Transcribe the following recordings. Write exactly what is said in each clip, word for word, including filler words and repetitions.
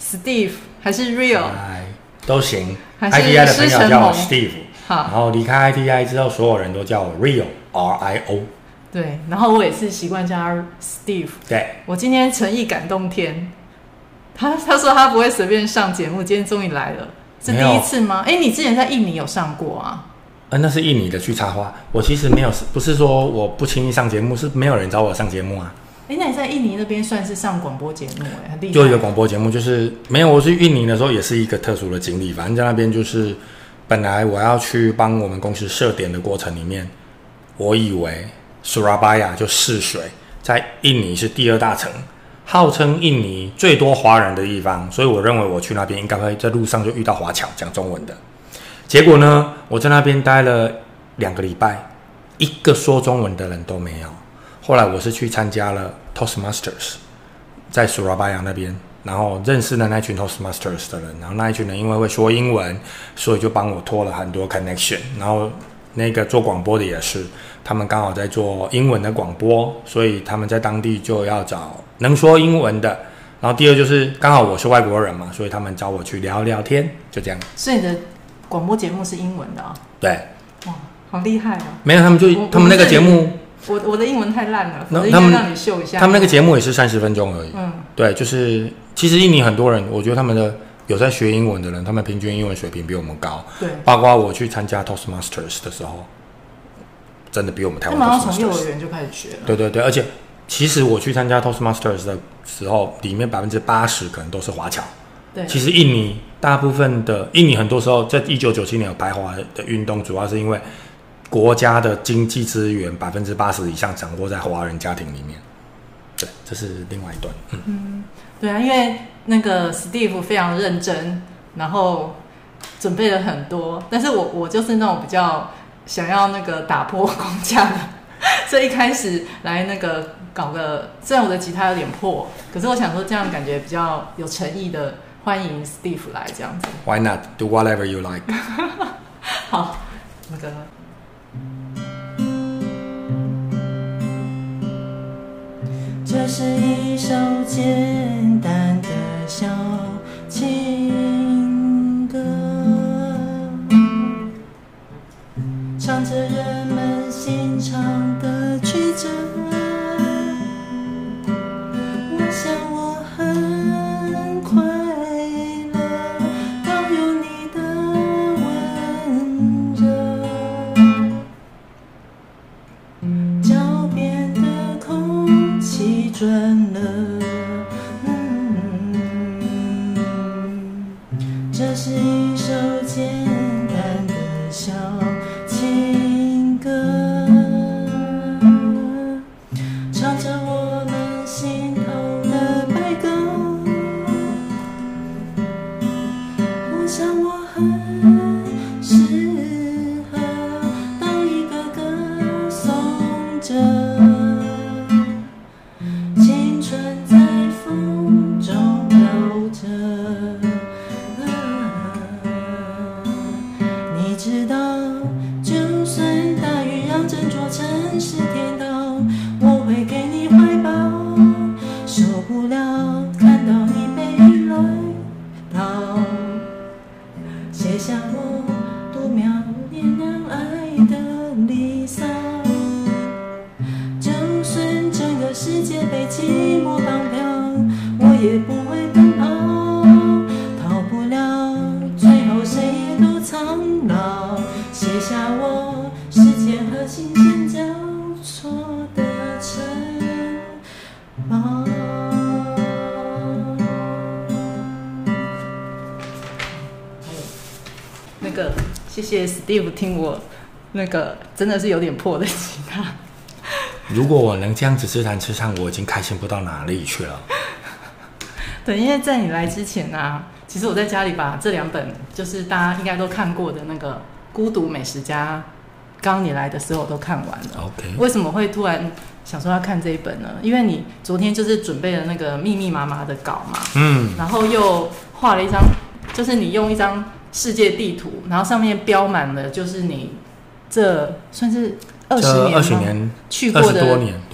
Steve 还是 Real？ 都行。 还是 I T I 的朋友叫我 Steve， 好， 然后离开 I T I 之后，所有人都叫我 Real，R I O。 对，然后我也是习惯叫他 Steve。 对， 我今天诚意感动天，他他说他不会随便上节目，今天终于来了，是第一次吗？哎，你之前在印尼有上过啊？ 呃，那是印尼的去插花。我其实没有，不是说我不轻易上节目，是没有人找我上节目啊。 哎，那你在印尼那边算是上广播节目哎，很厉害。 就一个广播节目，就是没有。我去印尼的时候也是一个特殊的经历，反正在那边就是本来我要去帮我们公司设点的过程里面，我以为 Surabaya 就泗水在印尼是第二大城，号称印尼最多华人的地方，所以我认为我去那边应该会在路上就遇到华侨讲中文的。结果呢，我在那边待了两个礼拜，一个说中文的人都没有。后来我是去参加了 Toastmasters， 在 Surabaya 那边，然后认识了那群 Toastmasters 的人，然后那一群人因为会说英文，所以就帮我托了很多 connection。然后那个做广播的也是，他们刚好在做英文的广播，所以他们在当地就要找能说英文的。然后第二就是刚好我是外国人嘛，所以他们找我去聊聊天，就这样。 所以你的广播节目是英文的啊？ 对。 哇，好厉害哦！ 没有，他们就他们那个节目。 我我的英文太烂了，我应该让你秀一下。 他们那个节目也是三十分钟而已。 嗯， 对，就是其实印尼很多人，我觉得他们的有在学英文的人，他们平均英文水平比我们高。 对， 包括我去参加 Toastmasters 的时候，真的比我们台湾 Toastmasters。 他们好像从幼儿园就开始学了。 对对对，而且其实我去参加 Toastmasters 的时候，里面百分之八十可能都是华侨。 对， 其实印尼大部分的印尼很多时候在一九九七年有排华的运动，主要是因为国家的经济资源百分之八十以上掌握在华人家庭里面，对，这是另外一段。嗯， 嗯对啊，因为那个 Steve 非常认真，然后准备了很多，但是我我就是那种比较想要那个打破框架的，所以一开始来那个搞个，虽然我的吉他有点破，可是我想说这样感觉比较有诚意的，欢迎 Steve 来这样子。 Why not do whatever you like？ 好，那个。 这是一首简单的小情歌，唱着人们心肠的曲折。我想我很快乐，当有你的温热，脚边的空气转了，嗯，这是一首简单的小情歌，唱着我们心头的白鸽。我想我很适合当一个歌颂者，青春在风中飘着，你知道，就算大雨让整座城市跌倒，我会给你怀抱，受不了看到你被来到，写下我度秒恋两爱的离骚。就算整个世界被寂寞绑票，我也不会奔跑，逃不了，最后谁也都苍老，写下我时间和心弦交错的城堡。 那个，谢谢 Steve 听我那个真的是有点破的吉他。 如果我能这样子自弹自唱，我已经开心不到哪里去了。 对，因为在你来之前啊，其实我在家里把这两本就是大家应该都看过的那个《孤独美食家》，刚你来的时候我都看完了。 OK， 为什么会突然想说要看这一本呢？因为你昨天就是准备了那个密密麻麻的稿嘛，嗯，然后又画了一张，就是你用一张世界地图，然后上面标满了就是你这算是二十年吗？ 二十年去过的二十多年，对，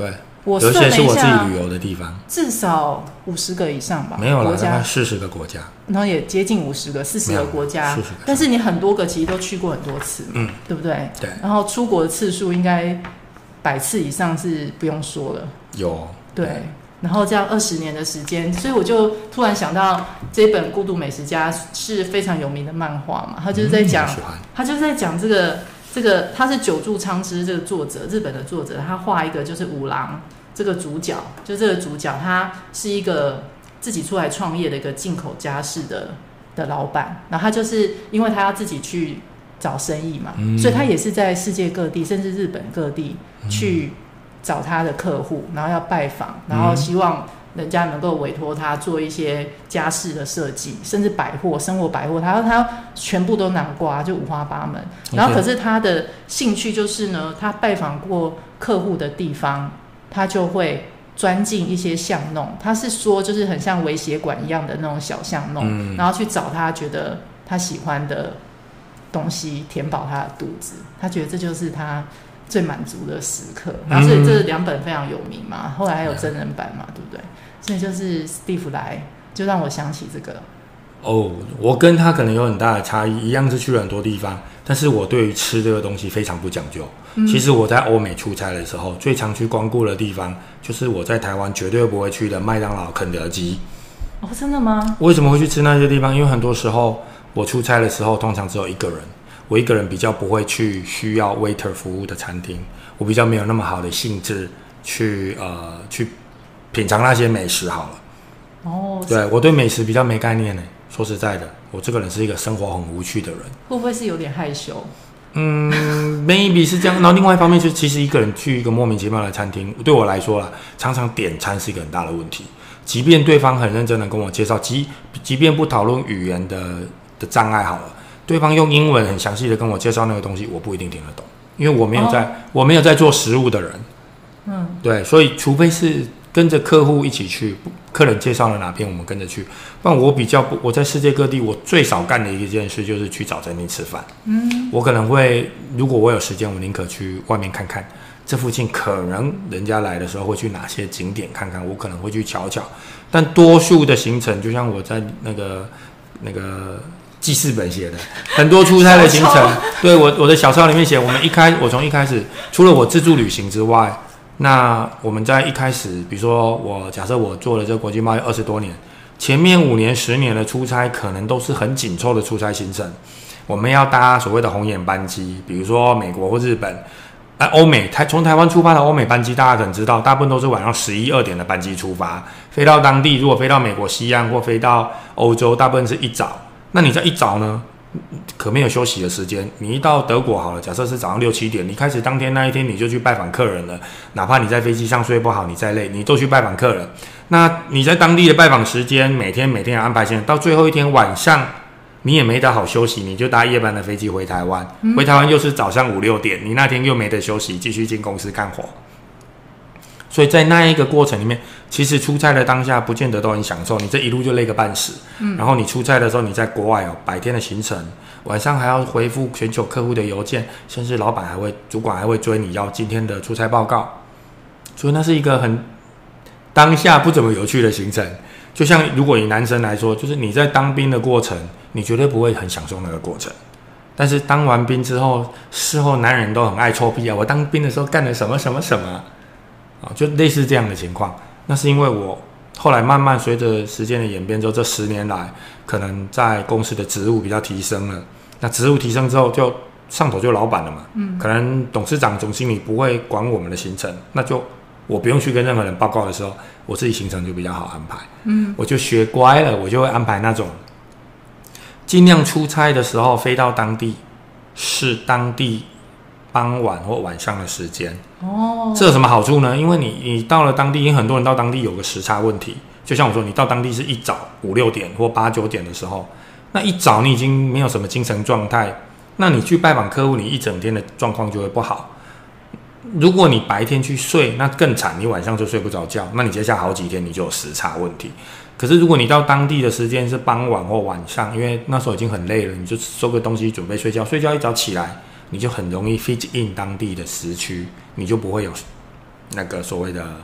我有一些是我自己算了一下旅游的地方， 至少五十个以上吧， 没有啦， 国家大概四十个国家， 然后也接近五十个、四十个国家，但是你很多个其实都去过很多次嘛，嗯，对不对？ 对。 然后出国的次数应该百次以上是不用说了， 有。 对。然后这样二十年的时间，所以我就突然想到，这本《孤独美食家》是非常有名的漫画嘛，他就是在讲，嗯、他就是在讲这个这个，他是久住昌之这个作者，日本的作者，他画一个就是五郎这个主角，就这个主角他是一个自己出来创业的一个进口家饰的的老板，然后他就是因为他要自己去找生意嘛，嗯、所以他也是在世界各地，甚至日本各地去。找他的客户，然后要拜访，然后希望人家能够委托他做一些家饰的设计，甚至百货、生活百货，他他全部都囊括，就五花八门。然后可是他的兴趣就是呢，他拜访过客户的地方，他就会钻进一些巷弄。他是说，就是很像微血管一样的那种小巷弄，嗯、然后去找他觉得他喜欢的东西，填饱他的肚子。他觉得这就是他最满足的时刻，然后所以这两本非常有名嘛，后来还有真人版嘛，对不对？所以就是 Steve 来，就让我想起这个。 哦，我跟他可能有很大的差异，一样是去了很多地方，但是我对于吃这个东西非常不讲究。嗯、其实我在欧美出差的时候，最常去光顾的地方，就是我在台湾绝对不会去的麦当劳、肯德基。 哦，真的吗？ 为什么会去吃那些地方？因为很多时候我出差的时候，通常只有一个人。我一个人比较不会去需要 waiter 服务的餐厅，我比较没有那么好的兴致去呃去品尝那些美食好了。哦，对，我对美食比较没概念呢。说实在的，我这个人是一个生活很无趣的人。 会不会是有点害羞？ 嗯 ，maybe 是这样。然后另外一方面，就是其实一个人去一个莫名其妙的餐厅，对我来说啦，常常点餐是一个很大的问题。即便对方很认真的跟我介绍，即即便不讨论语言的的障碍好了。对方用英文很详细的跟我介绍那个东西，我不一定听得懂，因为我没有在、哦、我没有在做食物的人，嗯，对，所以除非是跟着客户一起去，客人介绍了哪边我们跟着去，不然我比较不，我在世界各地我最少干的一件事就是去找餐厅吃饭，嗯，我可能会如果我有时间，我宁可去外面看看，这附近可能人家来的时候会去哪些景点看看，我可能会去瞧瞧，但多数的行程就像我在那个那个。记事本写的很多出差的行程，对我我的小抄里面写，我们一开我从一开始，除了我自助旅行之外，那我们在一开始，比如说我假设我做了这个国际贸易二十多年，前面五年十年的出差可能都是很紧凑的出差行程，我们要搭所谓的红眼班机，比如说美国或日本，啊欧美台从台湾出发的欧美班机，大家可能知道，大部分都是晚上十一二点的班机出发，飞到当地，如果飞到美国西岸或飞到欧洲，大部分是一早。那你在一早呢，可没有休息的时间。你一到德国好了，假设是早上六七点，你开始当天那一天你就去拜访客人了。哪怕你在飞机上睡不好，你再累，你都去拜访客人。那你在当地的拜访时间，每天每天安排行程，到最后一天晚上，你也没得好休息，你就搭夜班的飞机回台湾。嗯、回台湾又是早上五六点，你那天又没得休息，继续进公司干活。所以在那一个过程里面，其实出差的当下不见得都很享受，你这一路就累个半死。嗯，然后你出差的时候，你在国外哦，白天的行程，晚上还要回复全球客户的邮件，甚至老板还会、主管还会追你要今天的出差报告。所以那是一个很当下不怎么有趣的行程。就像如果以男生来说，就是你在当兵的过程，你绝对不会很享受那个过程。但是当完兵之后，事后男人都很爱臭屁啊！我当兵的时候干了什么什么什么。就类似这样的情况，那是因为我后来慢慢随着时间的演变之后，这十年来可能在公司的职务比较提升了。那职务提升之后，就上头就老板了嘛，嗯，可能董事长、总经理不会管我们的行程，那就我不用去跟任何人报告的时候，我自己行程就比较好安排。嗯，我就学乖了，我就会安排那种尽量出差的时候飞到当地，是当地傍晚或晚上的时间。哦，这有什么好处呢？因为你你到了当地，因为很多人到当地有个时差问题。就像我说，你到当地是一早五六点或八九点的时候，那一早你已经没有什么精神状态，那你去拜访客户，你一整天的状况就会不好。如果你白天去睡，那更惨，你晚上就睡不着觉，那你接下来好几天你就有时差问题。可是如果你到当地的时间是傍晚或晚上，因为那时候已经很累了，你就收个东西准备睡觉，睡觉一早起来，你就很容易 fit in 当地的时区，你就不会有那个所谓的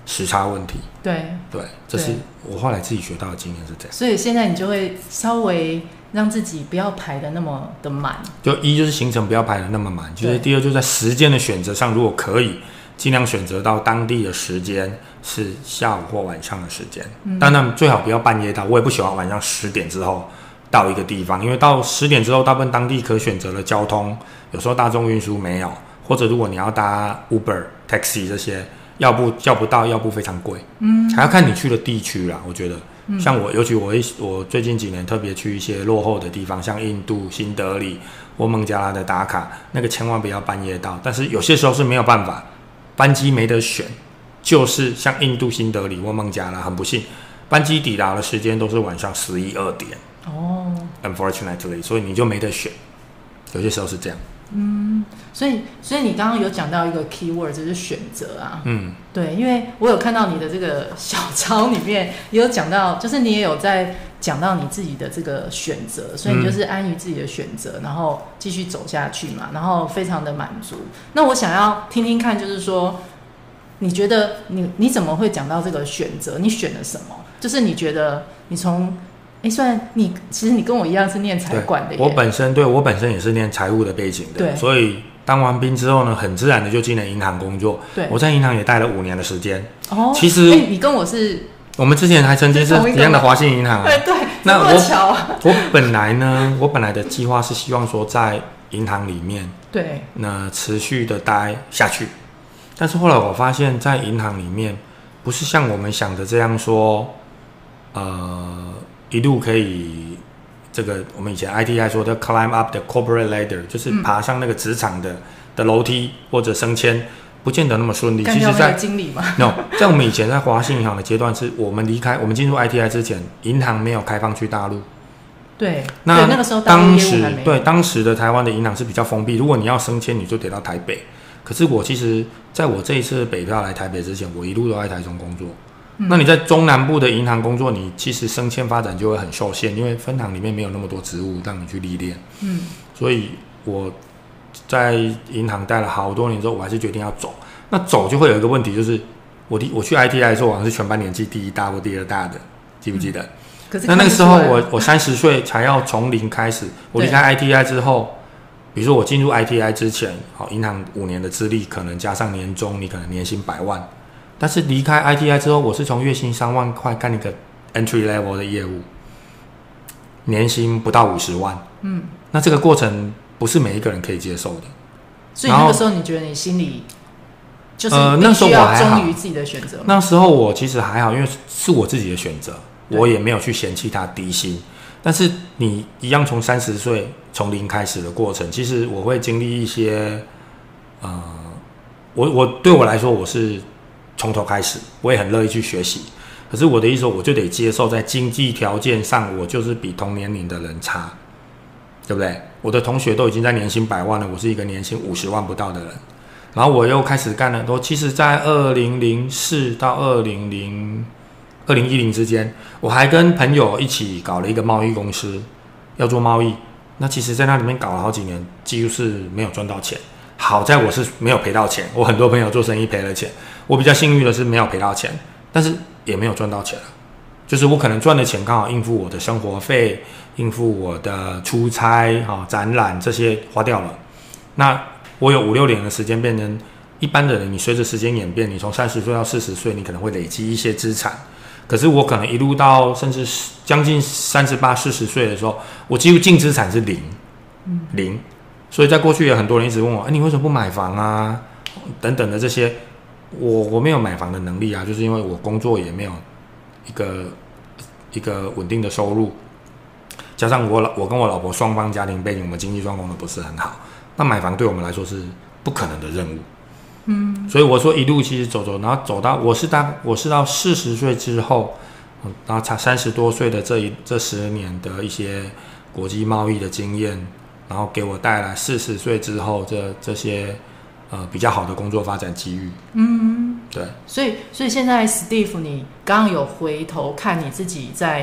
时差问题。 对对，这是我后来自己学到的经验是这样。 所以现在你就会稍微让自己不要排的那么的满。 就一就是行程不要排的那么满，就是第二就在时间的选择上，如果可以尽量选择到当地的时间是下午或晚上的时间。嗯、当然最好不要半夜到，我也不喜欢晚上十点之后到一个地方，因为到十点之后大部分当地可选择的交通有时候大众运输没有，或者如果你要搭 Uber、Taxi 这些，要不叫不到，要不非常贵。嗯，还要看你去的地区啦，我觉得。嗯、像我，尤其我我最近几年特别去一些落后的地方，像印度、新德里或孟加拉的打卡，那个千万不要半夜到。但是有些时候是没有办法，班机没得选，就是像印度、新德里或孟加拉，很不幸，班机抵达的时间都是晚上十一二点。哦 ，unfortunately， 所以你就没得选。有些时候是这样。 嗯，所以所以你刚刚有讲到一个 keyword 就是选择啊，嗯，对，因为我有看到你的这个小抄里面也有讲到，就是你也有在讲到你自己的这个选择，所以你就是安于自己的选择，然后继续走下去嘛，然后非常的满足。那我想要听听看，就是说，你觉得你你怎么会讲到这个选择？你选了什么？就是你觉得你从哎，虽然你其实你跟我一样是念财管的耶， 我本身对我本身也是念财务的背景的， 对， 所以当完兵之后呢，很自然的就进了银行工作。对，我在银行也待了五年的时间。哦，其实你跟我是， 我们之前还曾经是一样的华信银行、啊。 对对， 那我巧啊、 我本来呢，我本来的计划是希望说在银行里面， 对， 那持续的待下去。但是后来我发现，在银行里面不是像我们想的这样说，呃。一路可以，这个我们以前 I T I 说的 climb up the corporate ladder， 就是爬上那个职场的、嗯、的楼梯或者升迁，不见得那么顺利。 其实在经理嘛 ，no， 在我们以前在华信银行的阶段，是我们离开，我们进入 I T I 之前，银行没有开放去大陆。 对， 那对那个时候当时对当时的台湾的银行是比较封闭，如果你要升迁，你就得到台北。可是我其实在我这一次北漂来台北之前，我一路都在台中工作。那你在中南部的银行工作，你其实升迁发展就会很受限，因为分行里面没有那么多职务让你去历练。嗯，所以我在银行待了好多年之后，我还是决定要走。那走就会有一个问题，就是我我去 I T I 的时候，我好像是全班年纪第一大或第二大的，记不记得？嗯、 可是那那个时候我我三十岁才要从零开始。我离开 I T I 之后，比如说我进入 I T I 之前，好，银行五年的资历，可能加上年终，你可能年薪百万。但是离开 I T I 之后，我是从月薪三万块干一个 entry level 的业务，年薪不到五十万。嗯，那这个过程不是每一个人可以接受的。 所以那个时候你觉得你心里就是必须要忠于自己的选择、呃？ 那时候我其实还好，因为是我自己的选择，我也没有去嫌弃它低薪。但是你一样从三十岁从零开始的过程，其实我会经历一些，呃，我我对我来说我是。从头开始，我也很乐意去学习。可是我的意思说，我就得接受，在经济条件上，我就是比同年龄的人差，对不对？我的同学都已经在年薪百万了，我是一个年薪五十万不到的人。然后我又开始干了，我其实在二零零四到二零零二零一零之间，我还跟朋友一起搞了一个贸易公司，要做贸易。那其实，在那里面搞了好几年，几乎是没有赚到钱。好在我是没有赔到钱，我很多朋友做生意赔了钱，我比较幸运的是没有赔到钱，但是也没有赚到钱了。就是我可能赚的钱刚好应付我的生活费，应付我的出差、哦、展览这些花掉了。那我有五六年的时间变成一般的人，你随着时间演变，你从三十岁到四十岁，你可能会累积一些资产。可是我可能一路到甚至将近三十八、四十岁的时候，我几乎净资产是零，零。所以在过去有很多人一直问我，哎，你为什么不买房啊？等等的这些，我我没有买房的能力啊，就是因为我工作也没有一个一个稳定的收入，加上我老我跟我老婆双方家庭背景，我们经济状况都不是很好，那买房对我们来说是不可能的任务。嗯，所以我说一路其实走走，然后走到我是到我是到四十岁之后，然后才三十多岁的这一这十年的一些国际贸易的经验。然后给我带来四十岁之后这这些呃比较好的工作发展机遇。嗯，对。 所以所以现在 Steve， 你刚刚有回头看你自己在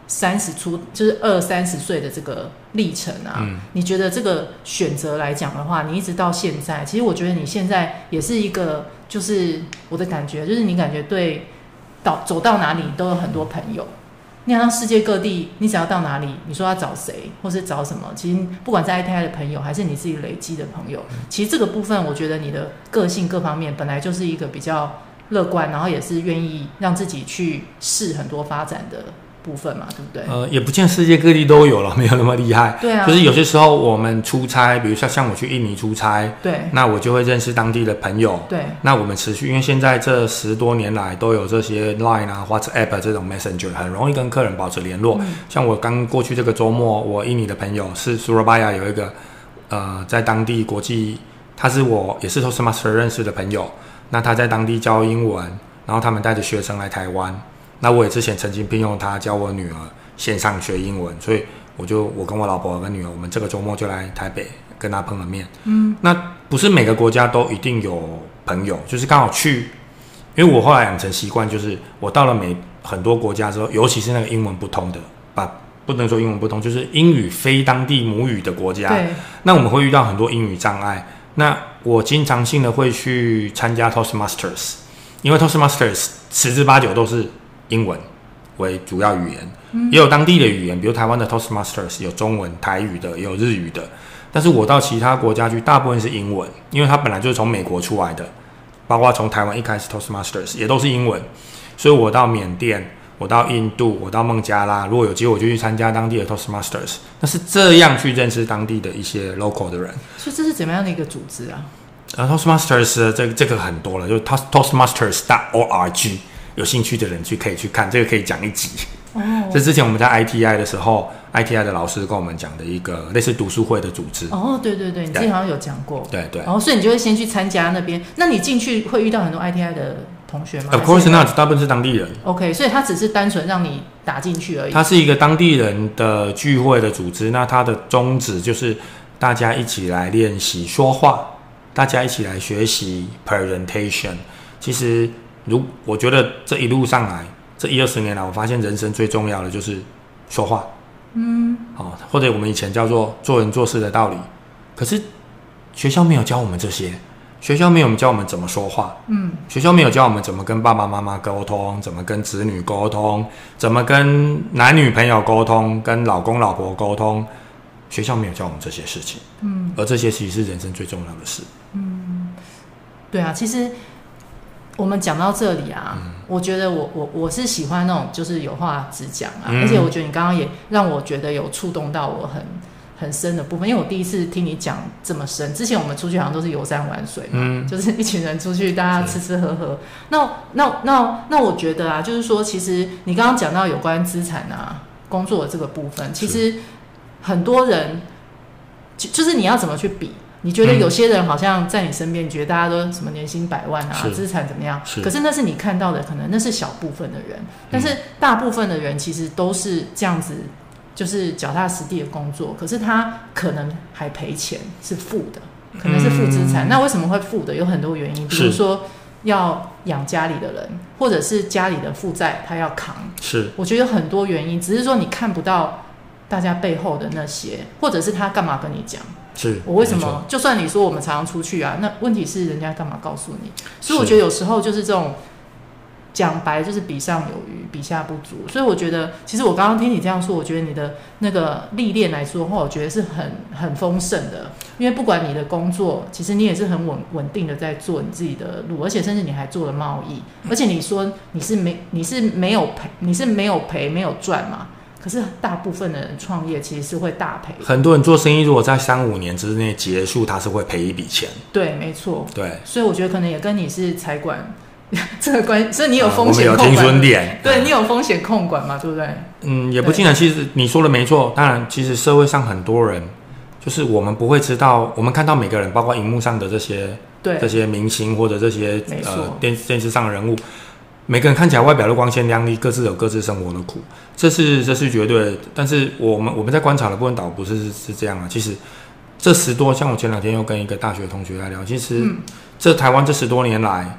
三十出，就是二三十岁的这个历程啊，嗯，你觉得这个选择来讲的话，你一直到现在，其实我觉得你现在也是一个，就是我的感觉，就是你感觉对到走到哪里都有很多朋友。你好像世界各地，你只要到哪里，你说要找谁，或是找什么，其实不管是 I T I 的朋友，还是你自己累积的朋友，其实这个部分，我觉得你的个性各方面本来就是一个比较乐观，然后也是愿意让自己去试很多发展的部分嘛，对不对？ 呃，也不见世界各地都有了，没有那么厉害。 对啊， 就是有些时候我们出差，比如像像我去印尼出差， 对， 那我就会认识当地的朋友。 对， 那我们持续，因为现在这十多年来都有这些 Line 啊、WhatsApp 这种 Messenger， 很容易跟客人保持联络。嗯、像我刚过去这个周末，我印尼的朋友是 Surabaya 有一个呃，在当地国际，他是我也是 Toastmaster 认识的朋友。那他在当地教英文，然后他们带着学生来台湾。那我也之前曾经聘用他教我女儿线上学英文，所以我就我跟我老婆跟女儿，我们这个周末就来台北跟他碰了面。嗯，那不是每个国家都一定有朋友，就是刚好去，因为我后来养成习惯，就是我到了每很多国家之后，尤其是那个英文不通的，把不能说英文不通，就是英语非当地母语的国家， 对， 那我们会遇到很多英语障碍。那我经常性的会去参加 Toastmasters， 因为 Toastmasters 十之八九都是英文为主要语言，嗯、也有当地的语言，比如台湾的 Toastmasters 有中文、台语的，也有日语的。但是我到其他国家去，大部分是英文，因为它本来就是从美国出来的，包括从台湾一开始 Toastmasters 也都是英文。所以我到缅甸，我到印度，我到孟加拉，如果有机会我就去参加当地的 Toastmasters， 那是这样去认识当地的一些 local 的人。 所以这是怎么样的一个组织啊？ 呃 ，Toastmasters 这这个很多了，就是 Toastmasters dot org。有兴趣的人去可以去看，这个可以讲一集。哦，这之前我们在 I T I 的时候 ，I T I 的老师跟我们讲的一个类似读书会的组织。 哦，对对对，你之前好像有讲过。 对对。 然后，所以你就会先去参加那边。那你进去会遇到很多 I T I 的同学吗 ？Of course not， 大部分是当地人。 OK， 所以他只是单纯让你打进去而已。 它是一个当地人的聚会的组织，那它的宗旨就是大家一起来练习说话，大家一起来学习 presentation。其实。如我觉得这一路上来，这一二十年来，我发现人生最重要的就是说话，嗯，好，或者我们以前叫做做人做事的道理。可是学校没有教我们这些，学校没有教我们怎么说话，嗯，学校没有教我们怎么跟爸爸妈妈沟通，怎么跟子女沟通，怎么跟男女朋友沟通，跟老公老婆沟通，学校没有教我们这些事情，嗯，而这些其实是人生最重要的事， 嗯，对啊，其实。我们讲到这里啊，嗯、我觉得我我我是喜欢那种就是有话直讲啊，嗯、而且我觉得你刚刚也让我觉得有触动到我很很深的部分，因为我第一次听你讲这么深，之前我们出去好像都是游山玩水嘛，嗯、就是一群人出去大家吃吃喝喝。那那那那我觉得啊，就是说其实你刚刚讲到有关资产啊、工作的这个部分，其实很多人就就是你要怎么去比。你觉得有些人好像在你身边，你觉得大家都什么年薪百万啊，资产怎么样？是可是那是你看到的，可能那是小部分的人，但是大部分的人其实都是这样子，就是脚踏实地的工作，可是他可能还赔钱，是负的，可能是负资产。嗯、那为什么会负的？有很多原因，比如说要养家里的人，或者是家里的负债他要扛。 是， 我觉得有很多原因，只是说你看不到大家背后的那些，或者是他干嘛跟你讲。 是我为什么？就算你说我们常常出去啊，那问题是人家干嘛告诉你？所以我觉得有时候就是这种讲白，就是比上有余，比下不足。所以我觉得，其实我刚刚听你这样说，我觉得你的那个历练来说的话，我觉得是很很丰盛的。因为不管你的工作，其实你也是很稳稳定的在做你自己的路，而且甚至你还做了贸易，而且你说你是没你是没有赔，你是没有赔没有赚嘛？可是大部分的人创业其实是会大赔。 很多人做生意，如果在三五年之内结束，他是会赔一笔钱。 对，没错。 对， 所以我觉得可能也跟你是财管这个关系，所以你有风险控管、 呃、我们有停损点， 对、嗯、你有风险控管嘛，对不对？ 嗯，也不尽然。其实你说的没错，当然，其实社会上很多人，就是我们不会知道，我们看到每个人，包括荧幕上的这些，对这些明星或者这些呃电电视上的人物。每个人看起来外表都光鲜亮丽，各自有各自生活的苦，这是这是绝对的。但是我们我们在观察的部分倒不是是是这样啊。其实这十多，像我前两天又跟一个大学同学来聊，其实、嗯、这台湾这十多年来，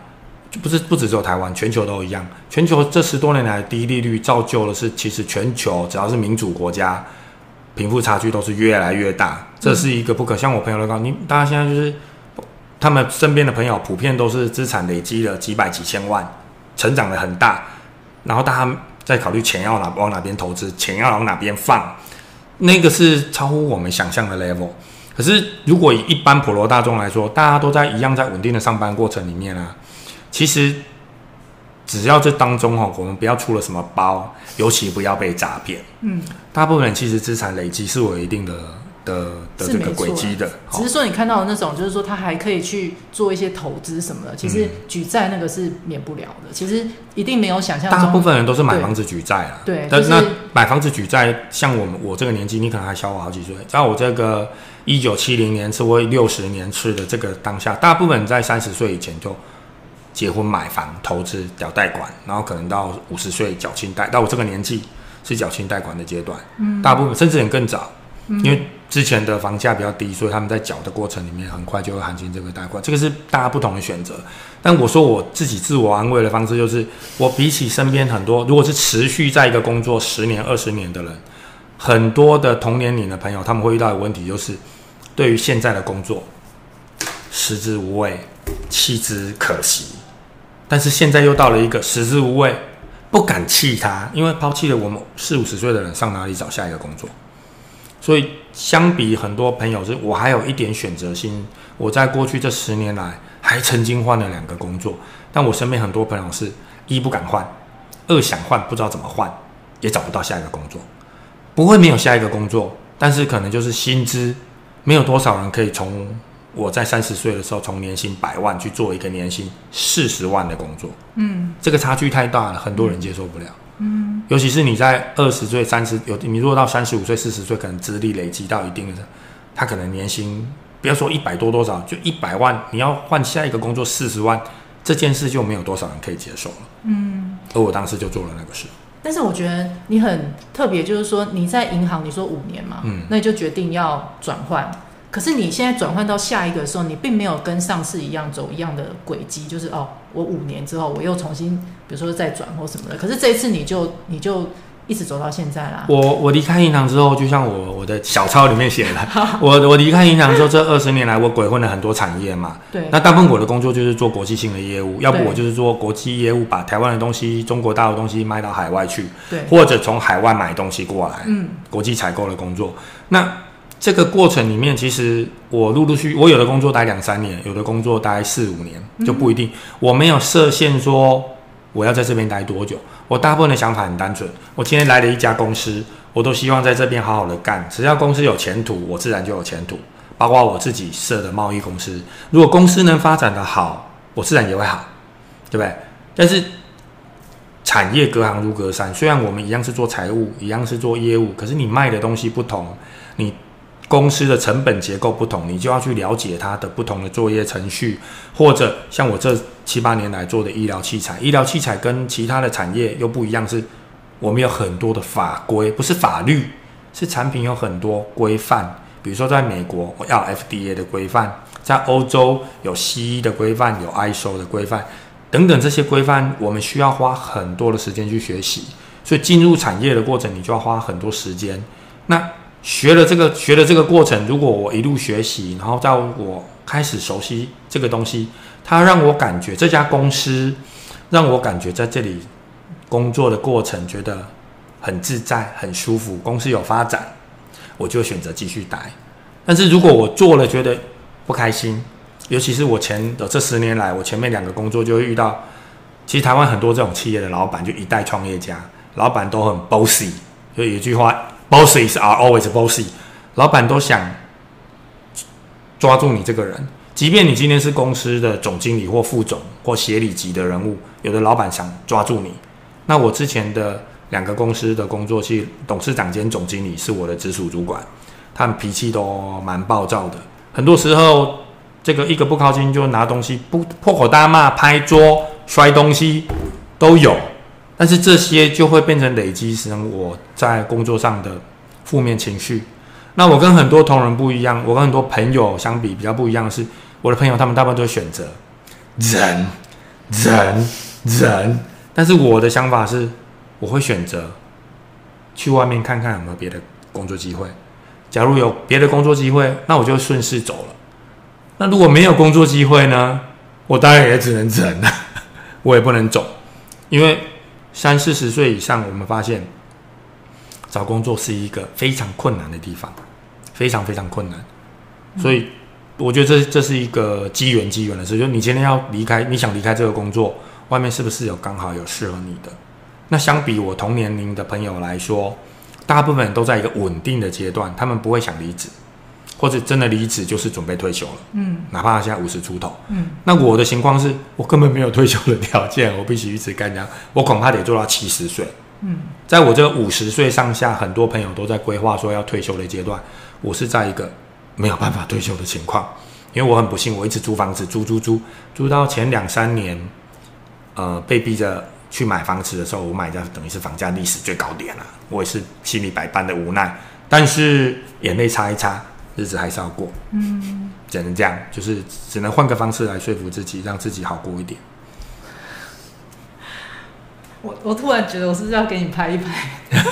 不是不只只有台湾，全球都一样。全球这十多年来低利率造就的是，其实全球只要是民主国家，贫富差距都是越来越大。这是一个不可。像我朋友都告诉你，大家现在就是他们身边的朋友普遍都是资产累积了几百几千万，成长的很大，然后大家在考虑钱要哪往哪边投资，钱要往哪边放，那个是超乎我们想象的 level。可是如果以一般普罗大众来说，大家都在一样在稳定的上班过程里面啊。其实，只要这当中哦，我们不要出了什么包，尤其不要被诈骗。嗯，大部分人其实资产累积是有一定的的的这个轨迹的。 只是说你看到的那种，就是说他还可以去做一些投资什么的，其实举债那个是免不了的。其实一定没有想象中。 大部分人都是买房子举债啊。 对， 但、 就是、 那买房子举债，像我们我这个年纪，你可能还小我好几岁。像我这个一九七零年吃或六十年吃的这个当下，大部分人在三十岁以前就。结婚买房投资缴贷款，然后可能到五十岁缴清贷，到我这个年纪是缴清贷款的阶段，嗯，大部分甚至人更早，嗯，因为之前的房价比较低，所以他们在缴的过程里面很快就会含进这个贷款，这个是大家不同的选择。但我说我自己自我安慰的方式就是，我比起身边很多如果是持续在一个工作十年二十年的人，很多的同年龄的朋友，他们会遇到的问题就是，对于现在的工作食之无味，弃之可惜。但是现在又到了一个食之无味，不敢弃它，因为抛弃了我们四五十岁的人上哪里找下一个工作？所以相比很多朋友是，我还有一点选择性。我在过去这十年来还曾经换了两个工作，但我身边很多朋友是一不敢换，二想换不知道怎么换，也找不到下一个工作。不会没有下一个工作，但是可能就是薪资没有多少人可以从。我在三十岁的时候，从年薪百万去做一个年薪四十万的工作，嗯，这个差距太大了，很多人接受不了，嗯，尤其是你在二十岁、三十有你如果到三十五岁、四十岁，可能资历累积到一定的，他可能年薪不要说一百多多少，就一百万，你要换下一个工作四十万，这件事就没有多少人可以接受了，嗯，而我当时就做了那个事。 但是我觉得你很特别，就是说你在银行，你说五年嘛，嗯，那你就决定要转换。可是你现在转换到下一个的时候，你并没有跟上次一样走一样的轨迹，就是哦，我五年之后我又重新，比如说再转或什么的。可是这一次你就你就一直走到现在啦。 我我离开银行之后，就像我我的小抄里面写的，我我离开银行之后，这二十年来我鬼混了很多产业嘛。 对。 那大部分我的工作就是做国际性的业务，要不我就是做国际业务，把台湾的东西、中国大陆的东西卖到海外去， 对， 或者从海外买东西过来，嗯，国际采购的工作。那这个过程里面，其实我陆陆续，我有的工作待两三年，有的工作待四五年，就不一定。嗯、我没有设限说我要在这边待多久。我大部分的想法很单纯，我今天来了一家公司，我都希望在这边好好的干。只要公司有前途，我自然就有前途。包括我自己设的贸易公司，如果公司能发展的好，我自然也会好，对不对？但是产业隔行如隔山，虽然我们一样是做财务，一样是做业务，可是你卖的东西不同，你公司的成本结构不同，你就要去了解它的不同的作业程序，或者像我这七八年来做的医疗器材，医疗器材跟其他的产业又不一样，是我们有很多的法规，不是法律，是产品有很多规范。比如说在美国我要 F D A 的规范，在欧洲有 C E 的规范，有 I S O 的规范等等，这些规范我们需要花很多的时间去学习，所以进入产业的过程你就要花很多时间。那学了这个学了这个过程，如果我一路学习，然后到我开始熟悉这个东西，它让我感觉这家公司让我感觉在这里工作的过程觉得很自在很舒服，公司有发展，我就选择继续待。但是如果我做了觉得不开心，尤其是我前的这十年来，我前面两个工作就会遇到，其实台湾很多这种企业的老板就一代创业家，老板都很 bossy， 就有一句话 bosses are always bossy， 老板都想抓住你这个人，即便你今天是公司的总经理或副总或协理级的人物，有的老板想抓住你。那我之前的两个公司的工作，其实董事长兼总经理是我的直属主管，他们脾气都蛮暴躁的，很多时候这个一个不靠近就拿东西不破口大骂、拍桌、摔东西都有。但是这些就会变成累积成我在工作上的负面情绪。那我跟很多同仁不一样，我跟很多朋友相比比较不一样的是，我的朋友他们大部分都会选择忍人人，但是我的想法是，我会选择去外面看看有没有别的工作机会。假如有别的工作机会，那我就顺势走了。那如果没有工作机会呢？我当然也只能忍了，我也不能走，因为三四十岁以上，我们发现找工作是一个非常困难的地方，非常非常困难。所以我觉得这这是一个机缘机缘的事，就是你今天要离开，你想离开这个工作，外面是不是有刚好有适合你的？那相比我同年龄的朋友来说，大部分人都在一个稳定的阶段，他们不会想离职，或者真的离职就是准备退休了。嗯，哪怕现在五十出头。嗯，那我的情况是我根本没有退休的条件，我必须一直干这样，我恐怕得做到七十岁。嗯，在我这五十岁上下，很多朋友都在规划说要退休的阶段，我是在一个没有办法退休的情况，因为我很不幸，我一直租房子，租租租租到前两三年，呃，被逼着去买房子的时候，我买家等于是房价历史最高点了，我也是心里百般的无奈，但是眼泪擦一擦，日子还是要过，嗯，只能这样，就是只能换个方式来说服自己，让自己好过一点。 我我突然觉得我是不是要给你拍一拍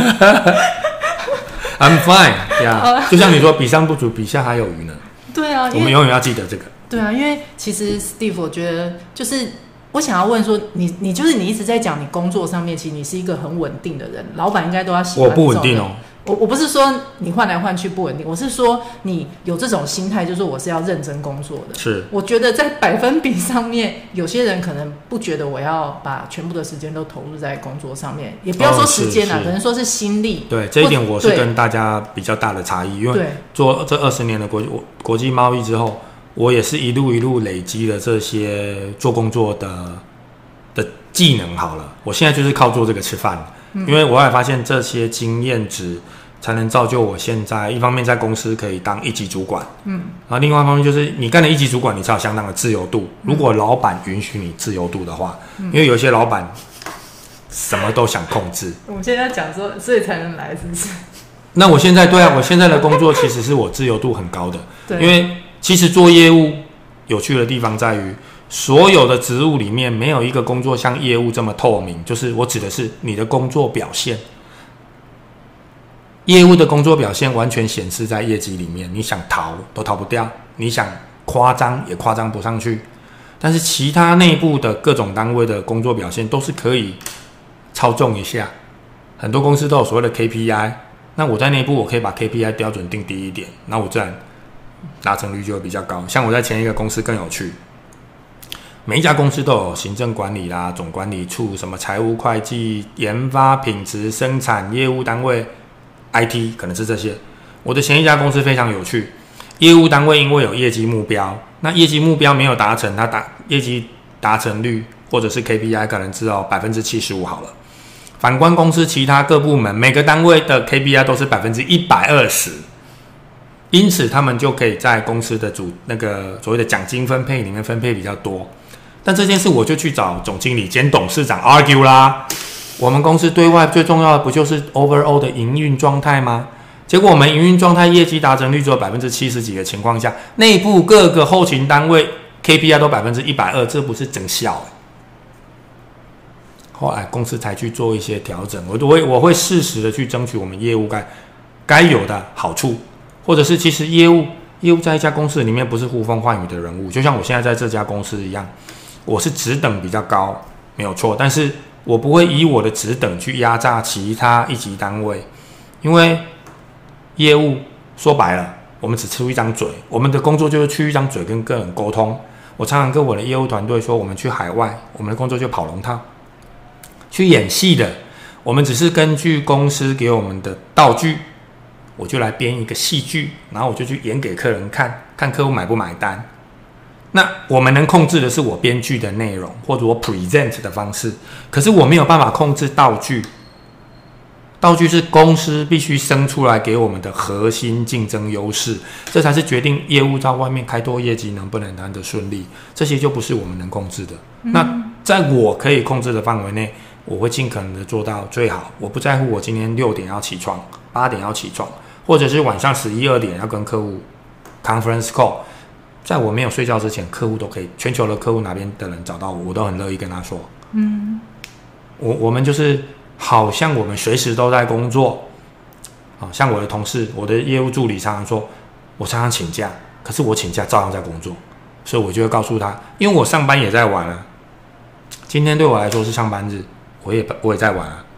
？I'm fine， 呀、yeah ，就像你说，比上不足，比下还有余呢。 对啊， 我们永远要记得这个。 对啊，因为其实 Steve， 我觉得就是我想要问说，你你就是你一直在讲你工作上面，其实你是一个很稳定的人，老板应该都要喜欢。 我不稳定哦。 我我不是说你换来换去不稳定，我是说你有这种心态，就是我是要认真工作的。 是， 我觉得在百分比上面，有些人可能不觉得我要把全部的时间都投入在工作上面，也不要说时间啊，哦、可能说是心力。 对，这一点我是跟大家比较大的差异，因为做这二十年的国际国际贸易之后，我也是一路一路累积了这些做工作的的技能。好了，我现在就是靠做这个吃饭。因为我也发现这些经验值才能造就我现在一方面在公司可以当一级主管，嗯，然后另外一方面就是你干了一级主管，你才有相当的自由度。如果老板允许你自由度的话，嗯、因为有些老板什么都想控制。 我们现在讲说，所以才能来，是不是？ 那我现在对啊，我现在的工作其实是我自由度很高的，因为其实做业务有趣的地方在于。所有的职务里面，没有一个工作像业务这么透明。就是我指的是你的工作表现，业务的工作表现完全显示在业绩里面。你想逃都逃不掉，你想夸张也夸张不上去。但是其他内部的各种单位的工作表现都是可以操纵一下。很多公司都有所谓的 K P I， 那我在内部我可以把 K P I 标准定低一点，那我自然达成率就会比较高。像我在前一个公司更有趣。每一家公司都有行政管理啦、总管理处、什么财务会计、研发、品质、生产、业务单位、I T， 可能是这些。我的前一家公司非常有趣，业务单位因为有业绩目标，那业绩目标没有达成，它达业绩达成率或者是 K P I 可能只有 百分之七十五 好了。反观公司其他各部门，每个单位的 K P I 都是 百分之一百二十， 因此他们就可以在公司的主那个所谓的奖金分配里面分配比较多。但这件事我就去找总经理兼董事长 argue 啦。我们公司对外最重要的不就是 overall 的营运状态吗？结果我们营运状态业绩达成率只有 百分之七十 几的情况下，内部各个后勤单位 K P I 都 百分之一百二十， 这不是整笑、欸、后来公司才去做一些调整，我我我会适时的去争取我们业务该该有的好处，或者是其实业务业务在一家公司里面不是呼风唤雨的人物，就像我现在在这家公司一样。我是职等比较高，没有错，但是我不会以我的职等去压榨其他一级单位，因为业务说白了，我们只出一张嘴，我们的工作就是去一张嘴跟个人沟通。我常常跟我的业务团队说，我们去海外，我们的工作就跑龙套，去演戏的，我们只是根据公司给我们的道具，我就来编一个戏剧，然后我就去演给客人看，看客户买不买单。那我们能控制的是我编剧的内容，或者我 present 的方式，可是我没有办法控制道具。道具是公司必须生出来给我们的核心竞争优势，这才是决定业务在外面开拓业绩能不能谈得顺利。这些就不是我们能控制的。嗯、那在我可以控制的范围内，我会尽可能的做到最好。我不在乎我今天六点要起床，八点要起床，或者是晚上十一二点要跟客户 conference call。 在我没有睡觉之前，客户都可以，全球的客户哪边的人找到我，我都很乐意跟他说。 嗯， 我我们就是好像我们随时都在工作。啊，像我的同事，我的业务助理常常说，我常常请假，可是我请假照样在工作，所以我就会告诉他，因为我上班也在玩啊。今天对我来说是上班日，我也我也在玩啊。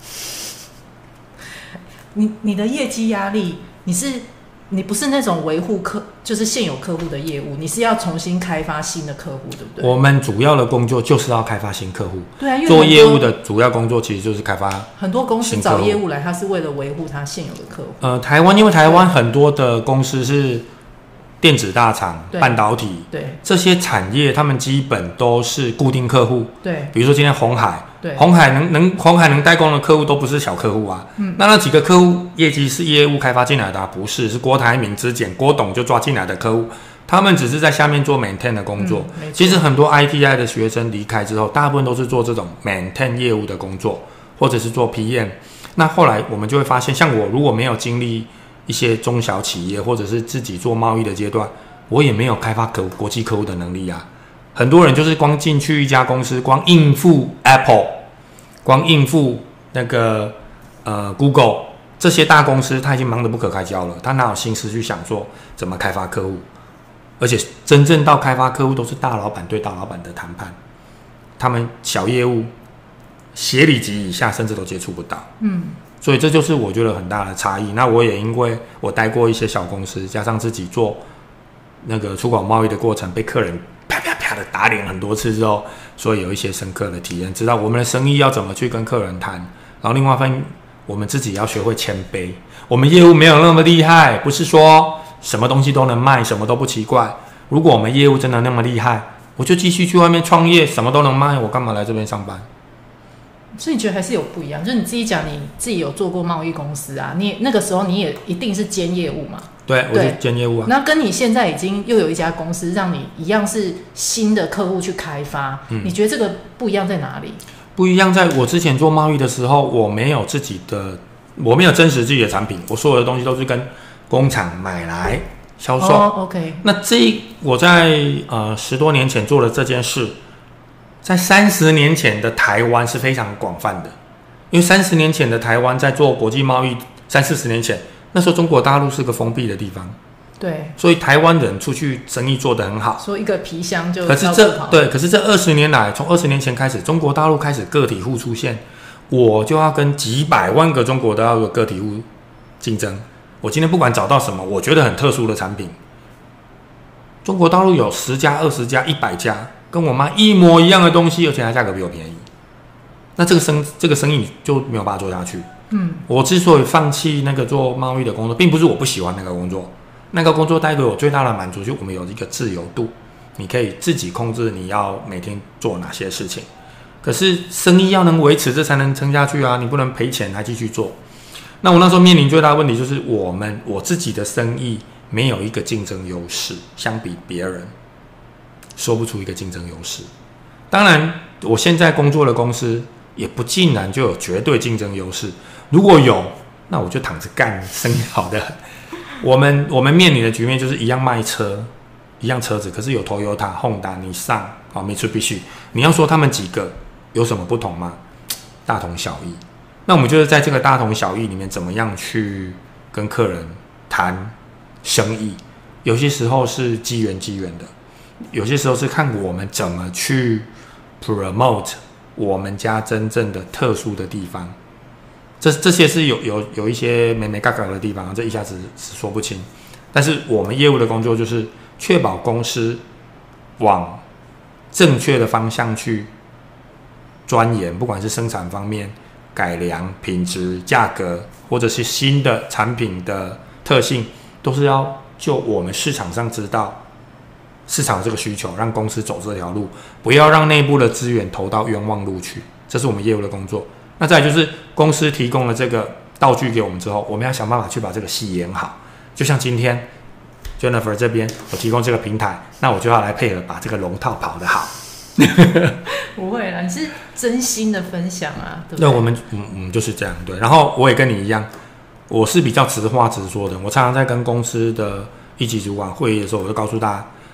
你你的业绩压力，你是你不是那种维护客，就是现有客户的业务，你是要重新开发新的客户，对不对？ 我们主要的工作就是要开发新客户。 对啊，因为做业务的主要工作其实就是开发。 很多公司找业务来，他是为了维护他现有的客户。 呃，台湾因为台湾很多的公司是电子大厂、半导体， 对这些产业，他们基本都是固定客户。 对， 比如说今天鸿海。 对， 鸿海能能鸿海能代工的客户都不是小客户啊，嗯，那那几个客户业绩是业务开发进来的、啊，不是是郭台铭、之简、郭董就抓进来的客户，他们只是在下面做 maintain 的工作。嗯、其实很多 I T I 的学生离开之后，大部分都是做这种 maintain 业务的工作，或者是做 P M。那后来我们就会发现，像我如果没有经历一些中小企业或者是自己做贸易的阶段，我也没有开发客国际客户的能力啊。很多人就是光进去一家公司，光应付 Apple， 光应付那个呃 Google 这些大公司，他已经忙得不可开交了，他哪有心思去想说怎么开发客户？而且真正到开发客户都是大老板对大老板的谈判，他们小业务协理级以下甚至都接触不到。嗯，所以这就是我觉得很大的差异。那我也因为我待过一些小公司，加上自己做那个出口贸易的过程，被客人啪啪啪的打脸很多次之后，所以有一些深刻的体验，知道我们的生意要怎么去跟客人谈。然后另外一方面，我们自己要学会谦卑。我们业务没有那么厉害，不是说什么东西都能卖，什么都不奇怪。如果我们业务真的那么厉害，我就继续去外面创业，什么都能卖，我干嘛来这边上班？ 所以你觉得还是有不一样？就是你自己讲，你自己有做过贸易公司啊，你那个时候你也一定是兼业务嘛？ 对，我是兼业务啊。 那跟你现在已经又有一家公司，让你一样是新的客户去开发，嗯、你觉得这个不一样在哪里？ 不一样在我之前做贸易的时候，我没有自己的，我没有真实自己的产品，我所有的东西都是跟工厂买来销售。 哦 ，OK。 那这我在呃十多年前做的这件事，在三十年前的台湾是非常广泛的，因为三十年前的台湾在做国际贸易，三四十年前那时候中国大陆是个封闭的地方， 对， 所以台湾人出去生意做得很好， 说一个皮箱就可是这对，可是这二十年来，从二十年前开始，中国大陆开始个体户出现，我就要跟几百万个中国大陆的个体户竞争。我今天不管找到什么我觉得很特殊的产品，中国大陆有十家、二十家、一百家跟我卖一模一样的东西，而且它价格比我便宜，那这个生这个生意就没有办法做下去。嗯，我之所以放弃那个做贸易的工作，并不是我不喜欢那个工作，那个工作带给我最大的满足，就是我们有一个自由度，你可以自己控制你要每天做哪些事情。可是生意要能维持，这才能撑下去啊！你不能赔钱还继续做。那我那时候面临最大的问题就是，我们我自己的生意没有一个竞争优势，相比别人说不出一个竞争优势。当然，我现在工作的公司也不尽然就有绝对竞争优势。如果有，那我就躺着干，生意好的很。我们我们面临的局面就是一样卖车，一样车子，可是有 Toyota、Honda、Nissan、Mitsubishi， 你要说他们几个有什么不同吗？大同小异。那我们就是在这个大同小异里面，怎么样去跟客人谈生意？有些时候是机缘机缘的，有些时候是看我们怎么去 promote 我们家真正的特殊的地方。这这些是有有有一些眉眉角角的地方，这一下子是说不清。但是我们业务的工作就是确保公司往正确的方向去钻研，不管是生产方面、改良、品质、价格，或者是新的产品的特性，都是要就我们市场上知道市场这个需求，让公司走这条路，不要让内部的资源投到冤枉路去。这是我们业务的工作。那再来就是公司提供了这个道具给我们之后，我们要想办法去把这个戏演好。就像今天 Jennifer 这边我提供这个平台，那我就要来配合把这个龙套跑得好。 不会啦，你是真心的分享啊，对不对？ 对，我们嗯嗯就是这样，对。然后我也跟你一样，我是比较直话直说的。我常常在跟公司的一级主管会议的时候，我就告诉大家，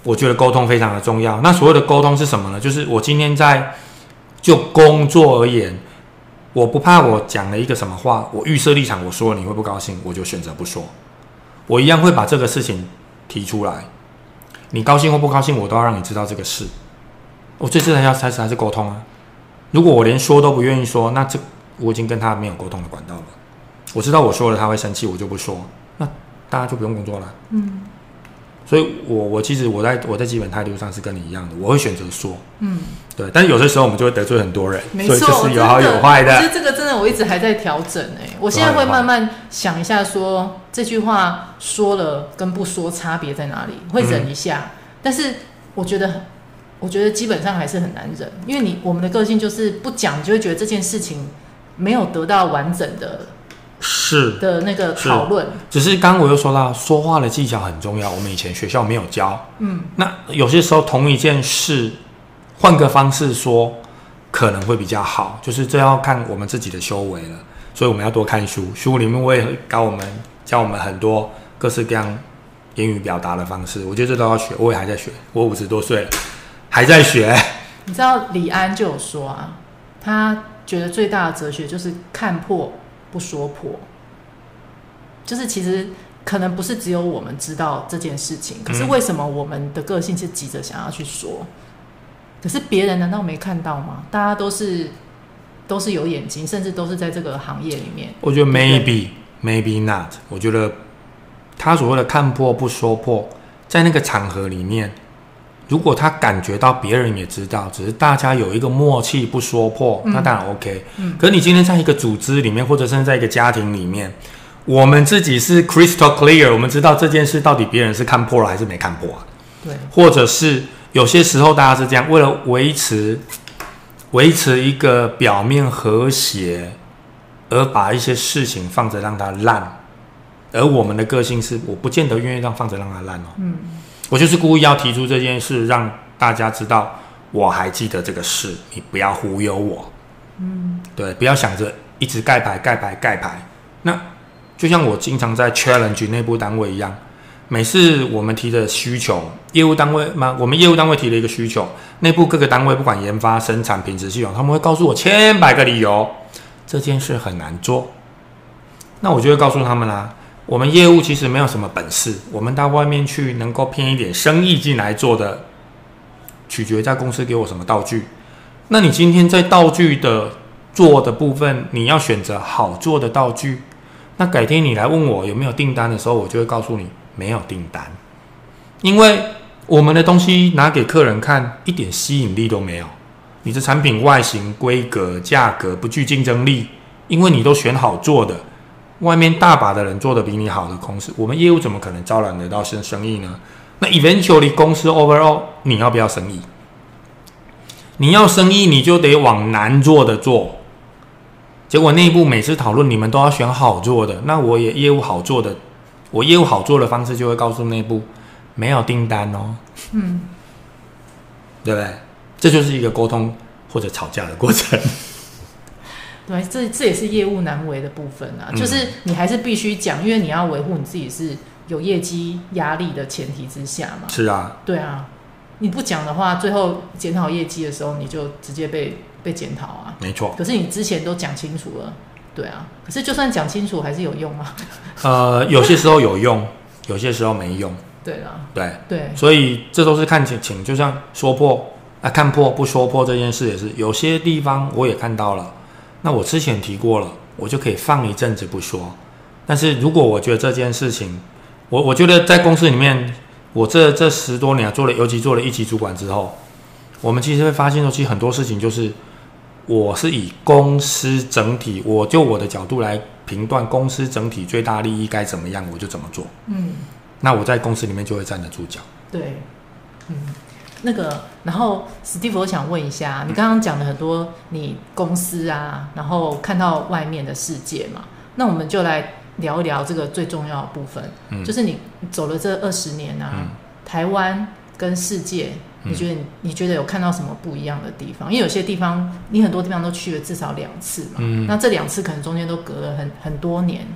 我觉得沟通非常的重要。那所谓的沟通是什么呢？就是我今天在就工作而言，我不怕我讲了一个什么话，我预设立场，我说了你会不高兴，我就选择不说。我一样会把这个事情提出来，你高兴或不高兴，我都要让你知道这个事。我最次还要开始还是沟通啊。如果我连说都不愿意说，那这我已经跟他没有沟通的管道了。我知道我说了他会生气，我就不说，那大家就不用工作了。嗯。所以我我其实我在我在基本态度上是跟你一样的，我会选择说，嗯，对。但是有些时候我们就会得罪很多人， 没错， 所以就是有好有坏的。 我觉得这个真的我一直还在调整哎、欸，我现在会慢慢想一下说，说这句话说了跟不说差别在哪里，会忍一下。嗯、但是我觉得我觉得基本上还是很难忍，因为你我们的个性就是不讲，你就会觉得这件事情没有得到完整的。 是的那个讨论， 只是刚刚我又说到说话的技巧很重要，我们以前学校没有教。嗯，那有些时候同一件事换个方式说可能会比较好，就是这要看我们自己的修为了。所以我们要多看书，书里面我也教我们教我们很多各式各样言语表达的方式，我觉得这都要学，我也还在学，我五十多岁了还在学。 你知道李安就有说啊，他觉得最大的哲学就是看破不说破，就是其实可能不是只有我们知道这件事情，可是为什么我们的个性是急着想要去说？可是别人难道没看到吗？大家都是都是有眼睛，甚至都是在这个行业里面。 我觉得 maybe maybe not， 我觉得他所谓的看破不说破，在那个场合里面，如果他感觉到别人也知道，只是大家有一个默契不说破，嗯、那当然 OK。嗯、可是你今天在一个组织里面，或者甚至在一个家庭里面，我们自己是 crystal clear， 我们知道这件事到底别人是看破了还是没看破啊？ 对， 或者是有些时候大家是这样，为了维持维持一个表面和谐，而把一些事情放着让它烂。而我们的个性是，我不见得愿意让放着让它烂哦。嗯。我就是故意要提出这件事，让大家知道我还记得这个事，你不要忽悠我。嗯，对，不要想着一直盖牌、盖牌、盖牌。那就像我经常在 challenge 内部单位一样，每次我们提的需求，业务单位嘛，我们业务单位提了一个需求，内部各个单位不管研发、生产、品质系统，他们会告诉我千百个理由，这件事很难做。那我就会告诉他们啦。我们业务其实没有什么本事，我们到外面去能够骗一点生意进来做的，取决在公司给我什么道具。那你今天在道具的做的部分，你要选择好做的道具。那改天你来问我有没有订单的时候，我就会告诉你没有订单，因为我们的东西拿给客人看，一点吸引力都没有。你的产品外形、规格、价格不具竞争力，因为你都选好做的。外面大把的人做的比你好的公司，我们业务怎么可能招揽得到生生意呢？那 eventually 公司 overall 你要不要生意？你要生意，你就得往难做的做。结果内部每次讨论，你们都要选好做的，那我也业务好做的，我业务好做的方式就会告诉内部没有订单哦。嗯，对不对？这就是一个沟通或者吵架的过程。 对，这这也是业务难为的部分啊，嗯、就是你还是必须讲，因为你要维护你自己是有业绩压力的前提之下嘛。 是啊， 对啊，你不讲的话，最后检讨业绩的时候，你就直接被被检讨啊。 没错。 可是你之前都讲清楚了，对啊。可是就算讲清楚，还是有用吗？ 呃，有些时候有用，有些时候没用。 对啦， 对对， 所以这都是看情，就像说破啊，看破不说破这件事也是，有些地方我也看到了。那我之前提过了，我就可以放一阵子不说。但是如果我觉得这件事情，我我觉得在公司里面，我这这十多年做了，尤其做了一级主管之后，我们其实会发现说，其实很多事情就是我是以公司整体，我就我的角度来评断公司整体最大利益该怎么样，我就怎么做。嗯，那我在公司里面就会站得住脚。 对，嗯。那个，然后史蒂夫，我想问一下，你刚刚讲了很多你公司啊，然后看到外面的世界嘛，那我们就来聊一聊这个最重要的部分，嗯、就是你走了这二十年啊，嗯、台湾跟世界，你觉得你、嗯、你觉得有看到什么不一样的地方？因为有些地方你很多地方都去了至少两次嘛，嗯、那这两次可能中间都隔了很很多年，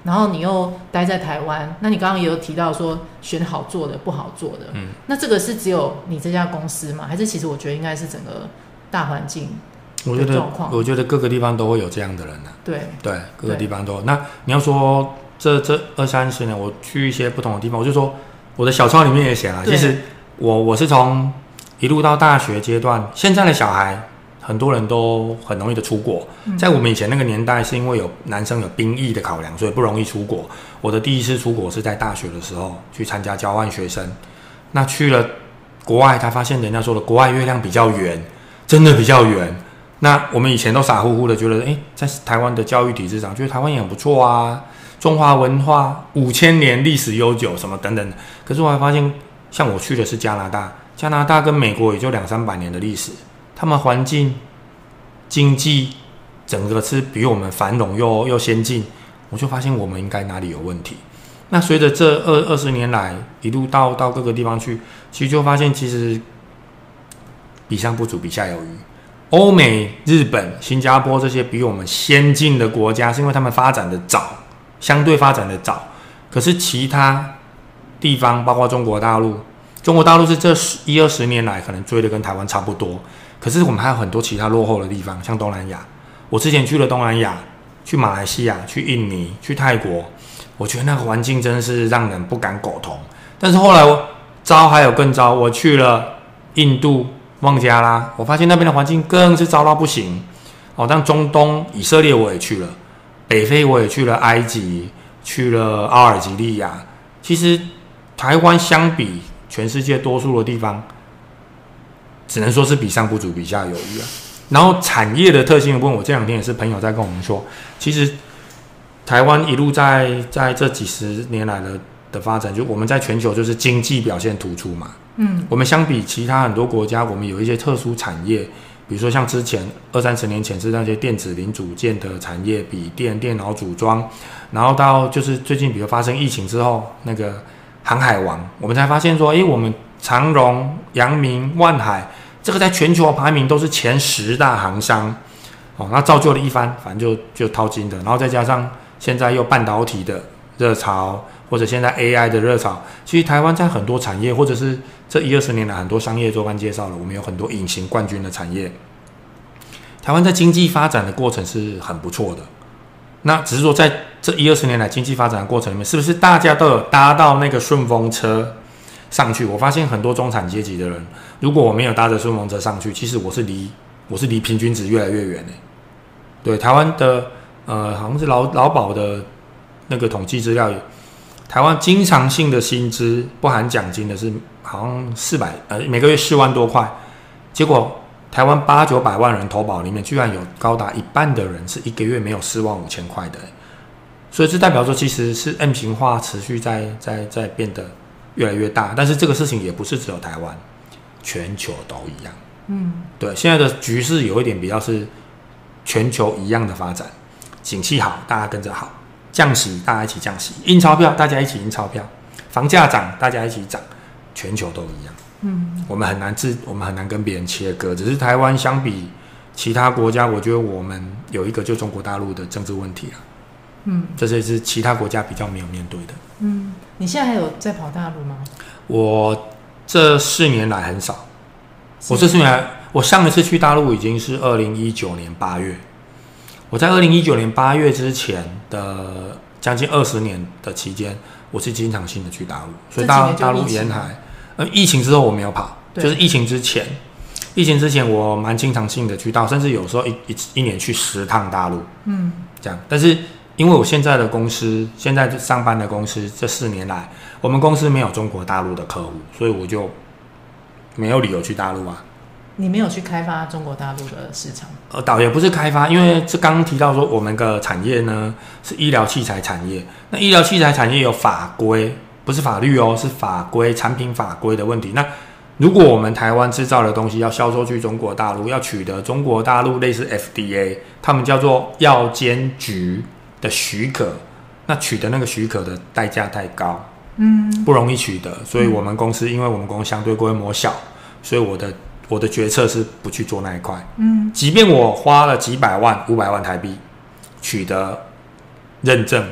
然后你又待在台湾，那你刚刚也有提到说选好做的不好做的，嗯，那这个是只有你这家公司吗？还是其实我觉得应该是整个大环境我觉得我觉得各个地方都会有这样的人啊。 对对，各个地方都有。那你要说这这二三十年，我去一些不同的地方，我就说我的小抄里面也写了，其实我我是从一路到大学阶段，现在的小孩很多人都很容易的出国，嗯、在我们以前那个年代，是因为有男生有兵役的考量，所以不容易出国。我的第一次出国是在大学的时候去参加交换学生，那去了国外，他发现人家说的国外月亮比较圆，真的比较圆。那我们以前都傻乎乎的觉得，哎，在台湾的教育体制上，觉得台湾也很不错啊，中华文化五千年历史悠久，什么等等的。可是我还发现，像我去的是加拿大，加拿大跟美国也就两三百年的历史，他们环境、经济整个是比我们繁荣又又先进，我就发现我们应该哪里有问题。那随着这二二十年来一路到到各个地方去，其实就发现其实比上不足，比下有余。欧美、日本、新加坡这些比我们先进的国家，是因为他们发展的早，相对发展的早。可是其他地方，包括中国大陆，中国大陆是这一二十年来可能追的跟台湾差不多。可是我们还有很多其他落后的地方，像东南亚。我之前去了东南亚，去马来西亚、去印尼、去泰国，我觉得那个环境真的是让人不敢苟同。但是后来我糟还有更糟，我去了印度。孟加拉，我发现那边的环境更是糟到不行。哦，但中东以色列我也去了，北非我也去了，埃及，去了阿尔及利亚。其实台湾相比全世界多数的地方，只能说是比上不足，比下有余啊。然后产业的特性的部分，我这两天也是朋友在跟我们说，其实台湾一路在在这几十年来的的发展，就我们在全球就是经济表现突出嘛。嗯，我们相比其他很多国家，我们有一些特殊产业，比如说像之前二三十年前是那些电子零组件的产业，笔电、电脑组装，然后到就是最近比如发生疫情之后，那个航海王，我们才发现说，哎，我们长荣、阳明、万海，这个在全球排名都是前十大航商，哦，那造就了一番，反正就就淘金的，然后再加上现在又半导体的热潮。或者现在 A I 的热潮，其实台湾在很多产业，或者是这一二十年来很多商业周刊介绍了，我们有很多隐形冠军的产业。台湾在经济发展的过程是很不错的，那只是说在这一二十年来经济发展的过程里面，是不是大家都有搭到那个顺风车上去？我发现很多中产阶级的人，如果我没有搭着顺风车上去，其实我是离我是离平均值越来越远的。对，台湾的呃好像是劳劳保的那个统计资料。台湾经常性的薪资不含奖金的是好像四百呃每个月四万多块，结果台湾八九百万人投保里面，居然有高达一半的人是一个月没有四万五千块的，所以这代表说其实是 M 型化持续在在在变得越来越大，但是这个事情也不是只有台湾，全球都一样。嗯，对，现在的局势有一点比较是全球一样的发展，景气好，大家跟着好。降息，大家一起降息；印钞票，大家一起印钞票；房价涨，大家一起涨，全球都一样。嗯，我们很难自，我们很难跟别人切割。只是台湾相比其他国家，我觉得我们有一个就中国大陆的政治问题啊。嗯，这些是其他国家比较没有面对的。 嗯，你现在还有在跑大陆吗？ 我这四年来很少。我这四年来，我上一次去大陆已经是二零一九年八月。我在二零一九年八月之前的将近二十年的期间，我是经常性的去大陆，所以大大陆沿海，呃，疫情之后我没有跑，就是疫情之前，疫情之前我蛮经常性的去到，甚至有时候一一一年去十趟大陆，嗯，这样。但是因为我现在的公司，现在上班的公司，这四年来，我们公司没有中国大陆的客户，所以我就没有理由去大陆啊。 你没有去开发中国大陆的市场？ 呃，倒也不是开发，因为这刚刚提到说我们的产业呢是医疗器材产业，那医疗器材产业有法规，不是法律哦，是法规、产品法规的问题。那如果我们台湾制造的东西要销售去中国大陆，要取得中国大陆类似 F D A， 他们叫做药监局的许可，那取得那个许可的代价太高，嗯，不容易取得，所以我们公司，因为我们公司相对规模小，所以我的。我的决策是不去做那一块，嗯，即便我花了几百万、五百万台币取得认证，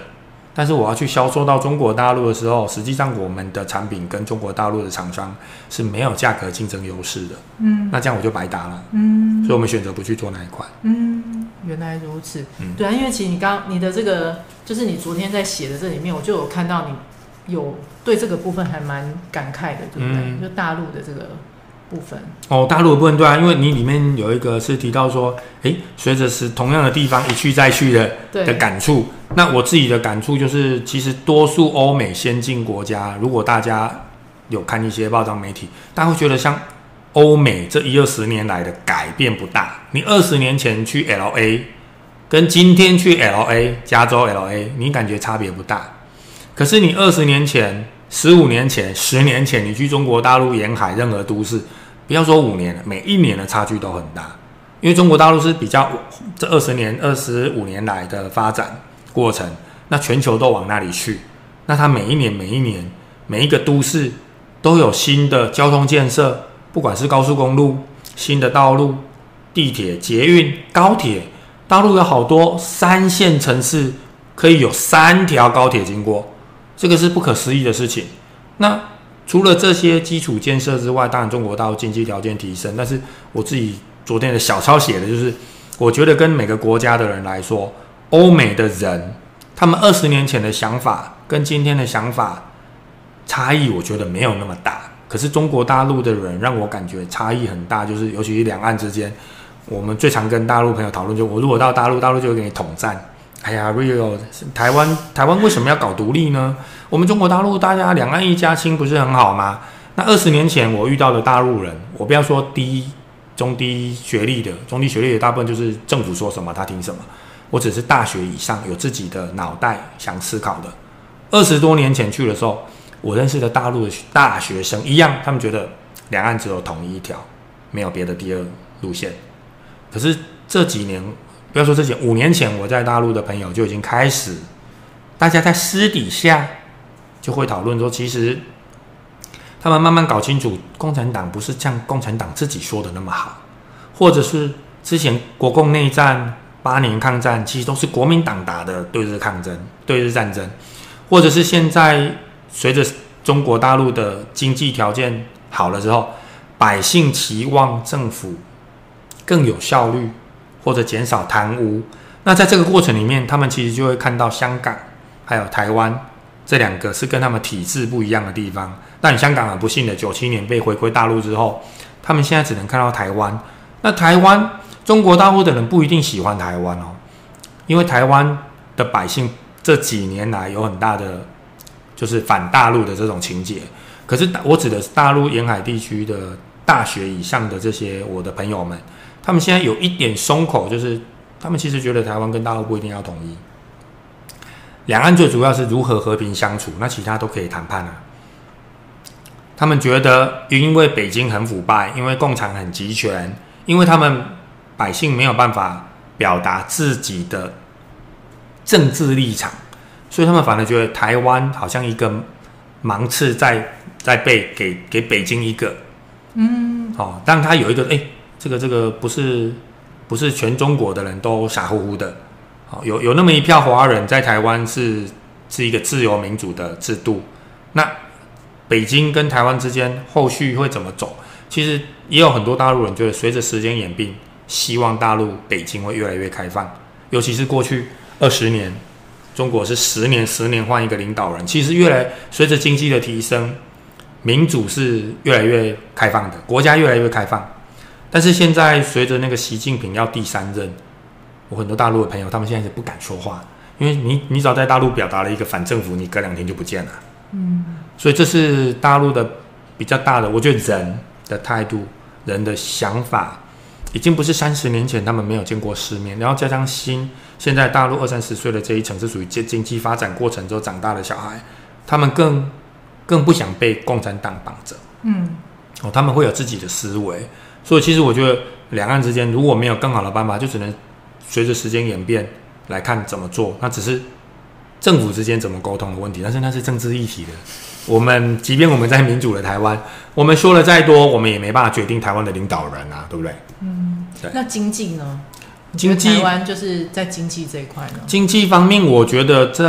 但是我要去销售到中国大陆的时候，实际上我们的产品跟中国大陆的厂商是没有价格竞争优势的。嗯，那这样我就白搭了。嗯，所以我们选择不去做那一块。 嗯，原来如此。嗯，对啊，因为其实你刚你的这个，就是你昨天在写的这里面，我就有看到你有对这个部分还蛮感慨的，对不对？嗯、就大陆的这个部分。 哦，大陆的部分对啊，因为你里面有一个是提到说，哎，随着是同样的地方一去再去的的感触。那我自己的感触就是，其实多数欧美先进国家，如果大家有看一些报章媒体，大家会觉得像欧美这一二十年来的改变不大。你二十年前去 L A， 跟今天去 L A 加州 L A， 你感觉差别不大。可是你二十年前、十五年前、十年前，你去中国大陆沿海任何都市，不要说五年了，每一年的差距都很大。因为中国大陆是比较这二十年、二十五年来的发展过程，那全球都往那里去，那它每一年、每一年、每一个都市都有新的交通建设，不管是高速公路、新的道路、地铁、捷运、高铁，大陆有好多三线城市可以有三条高铁经过，这个是不可思议的事情。那除了这些基础建设之外，当然中国大陆经济条件提升，但是我自己昨天的小抄写的就是，我觉得跟每个国家的人来说，欧美的人，他们二十年前的想法跟今天的想法差异，我觉得没有那么大。可是中国大陆的人让我感觉差异很大，就是尤其是两岸之间，我们最常跟大陆朋友讨论，就我如果到大陆，大陆就会给你统战。哎呀 ，Rio， 台湾台湾为什么要搞独立呢？我们中国大陆大家两岸一家亲，不是很好吗？那二十年前我遇到的大陆人，我不要说低、中低学历的，中低学历的大部分就是政府说什么他听什么。我只是大学以上有自己的脑袋想思考的。二十多年前去的时候，我认识的大陆的大学生一样，他们觉得两岸只有统一一条，没有别的第二路线。可是这几年，不要说这几年，五年前我在大陆的朋友就已经开始，大家在私底下就会讨论说，其实他们慢慢搞清楚，共产党不是像共产党自己说的那么好，或者是之前国共内战。八年抗战其实都是国民党打的对日抗争、对日战争，或者是现在随着中国大陆的经济条件好了之后，百姓期望政府更有效率或者减少贪污。那在这个过程里面，他们其实就会看到香港还有台湾这两个是跟他们体制不一样的地方。但香港很不幸的，九七年被回归大陆之后，他们现在只能看到台湾。那台湾。中国大陆的人不一定喜欢台湾哦，因为台湾的百姓这几年来有很大的就是反大陆的这种情节。可是我指的是大陆沿海地区的大学以上的这些我的朋友们，他们现在有一点松口，就是他们其实觉得台湾跟大陆不一定要统一，两岸最主要是如何和平相处，那其他都可以谈判啊。他们觉得因为北京很腐败，因为共产很集权，因为他们百姓没有办法表达自己的政治立场，所以他们反而觉得台湾好像一个芒刺在在被给给北京一个，嗯，哦，但他有一个，哎，这个这个不是不是全中国的人都傻乎乎的，哦，有有那么一票华人在台湾是是一个自由民主的制度，那北京跟台湾之间后续会怎么走？其实也有很多大陆人觉得，随着时间演变。希望大陆北京会越来越开放，尤其是过去二十年，中国是十年十年换一个领导人，其实越来随着经济的提升，民主是越来越开放的，国家越来越开放。但是现在随着那个习近平要第三任，我很多大陆的朋友他们现在是不敢说话，因为你你只要在大陆表达了一个反政府，你隔两天就不见了。嗯，所以这是大陆的比较大的，我觉得人的态度、人的想法。已经不是三十年前他们没有见过世面，然后加上新现在大陆二三十岁的这一层是属于经济发展过程之后长大的小孩，他们更更不想被共产党绑着，嗯，哦，他们会有自己的思维，所以其实我觉得两岸之间如果没有更好的办法，就只能随着时间演变来看怎么做，那只是政府之间怎么沟通的问题，但是那是政治议题的。我们即便我们在民主的台湾，我们说了再多，我们也没办法决定台湾的领导人啊，对不对？ 嗯，对。那经济呢？ 经济台湾就是在经济这一块呢？ 经济方面，我觉得这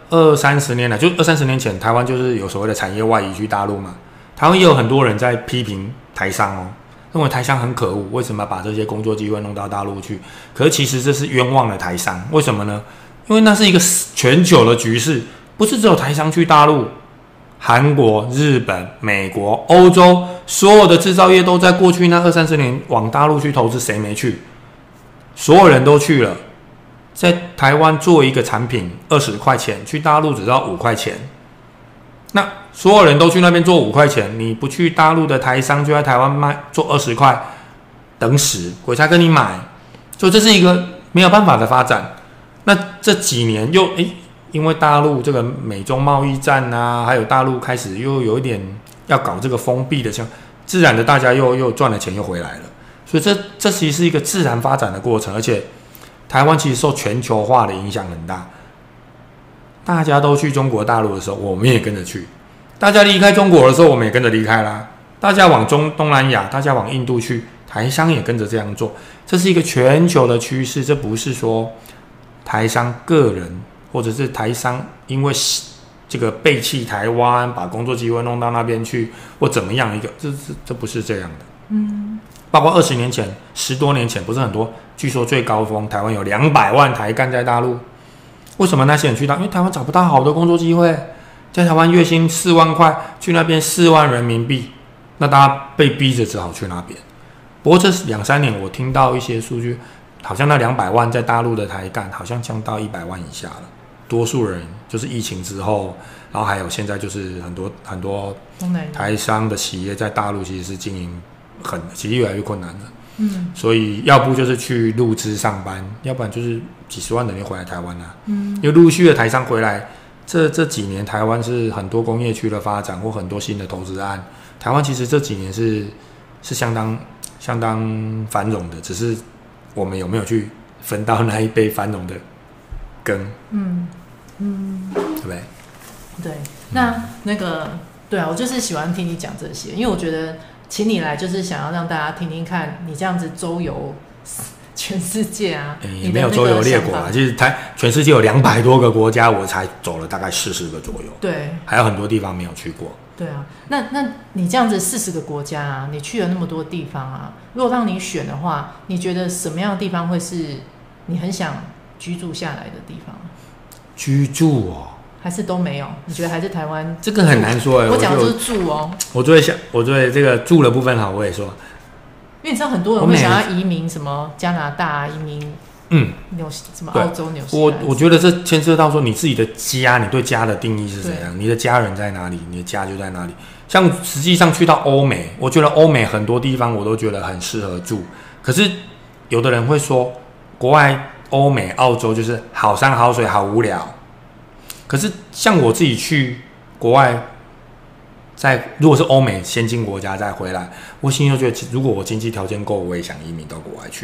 二三十年来，就二三十年前，台湾就是有所谓的产业外移去大陆嘛。台湾也有很多人在批评台商哦，认为台商很可恶，为什么把这些工作机会弄到大陆去？可是其实这是冤枉了台商，为什么呢？因为那是一个全球的局势，不是只有台商去大陆，韩国、日本、美国、欧洲所有的制造业都在过去那二三十年往大陆去投资，谁没去？所有人都去了。在台湾做一个产品二十块钱，去大陆只要五块钱。那所有人都去那边做五块钱，你不去大陆的台商就在台湾卖做二十块，等死，鬼才跟你买。所以这是一个没有办法的发展。那这几年又诶，因为大陆这个美中贸易战啊，还有大陆开始又有一点要搞这个封闭的，像自然的大家又又赚了钱又回来了。所以这这其实是一个自然发展的过程，而且台湾其实受全球化的影响很大。大家都去中国大陆的时候，我们也跟着去；大家离开中国的时候，我们也跟着离开啦。大家往中东南亚，大家往印度去，台商也跟着这样做。这是一个全球的趋势，这不是说台商个人或者是台商因为这个背弃台湾，把工作机会弄到那边去，或怎么样一个，这这这不是这样的。嗯，包括二十年前、十多年前，不是很多，据说最高峰台湾有两百万台干在大陆。为什么那些人去到？因为台湾找不到好的工作机会，在台湾月薪四万块，去那边四万人民币，那大家被逼着只好去那边。不过这两三年我听到一些数据，好像那两百万在大陆的台干好像降到一百万以下了。多数人就是疫情之后，然后还有现在就是很多很多台商的企业在大陆其实是经营很，其实越来越困难了。嗯，所以要不就是去陆资上班，要不然就是几十万人就回来台湾了。嗯，因为陆续的台商回来，这这几年台湾是很多工业区的发展或很多新的投资案，台湾其实这几年是是相当相当繁荣的，只是我们有没有去分到那一杯繁荣的羹？嗯嗯，对不对？ 对，那那个对啊，我就是喜欢听你讲这些，因为我觉得。请你来就是想要让大家听听看你这样子周游全世界啊， 也、欸、没有周游列国啊，就是台全世界有两百多个国家，我才走了大概四十个左右， 对， 还有很多地方没有去过。 对啊，那那你这样子四十个国家啊，你去了那么多地方啊，如果让你选的话，你觉得什么样的地方会是你很想居住下来的地方？ 居住哦。 还是都没有？你觉得还是台湾？ 这个很难说哎、欸。 我讲的就是住哦。 我最想，我对这个住的部分好，我也说。 因为你知道很多人会想要移民什么加拿大，移民嗯纽什么澳洲、纽西兰。 我我觉得这牵涉到说你自己的家，你对家的定义是怎样？你的家人在哪里？你的家就在哪里。像实际上去到欧美，我觉得欧美很多地方我都觉得很适合住。可是有的人会说，国外欧美、澳洲就是好山好水，好无聊。可是像我自己去国外，在如果是欧美先进国家再回来，我心里就觉得，如果我经济条件够，我也想移民到国外去。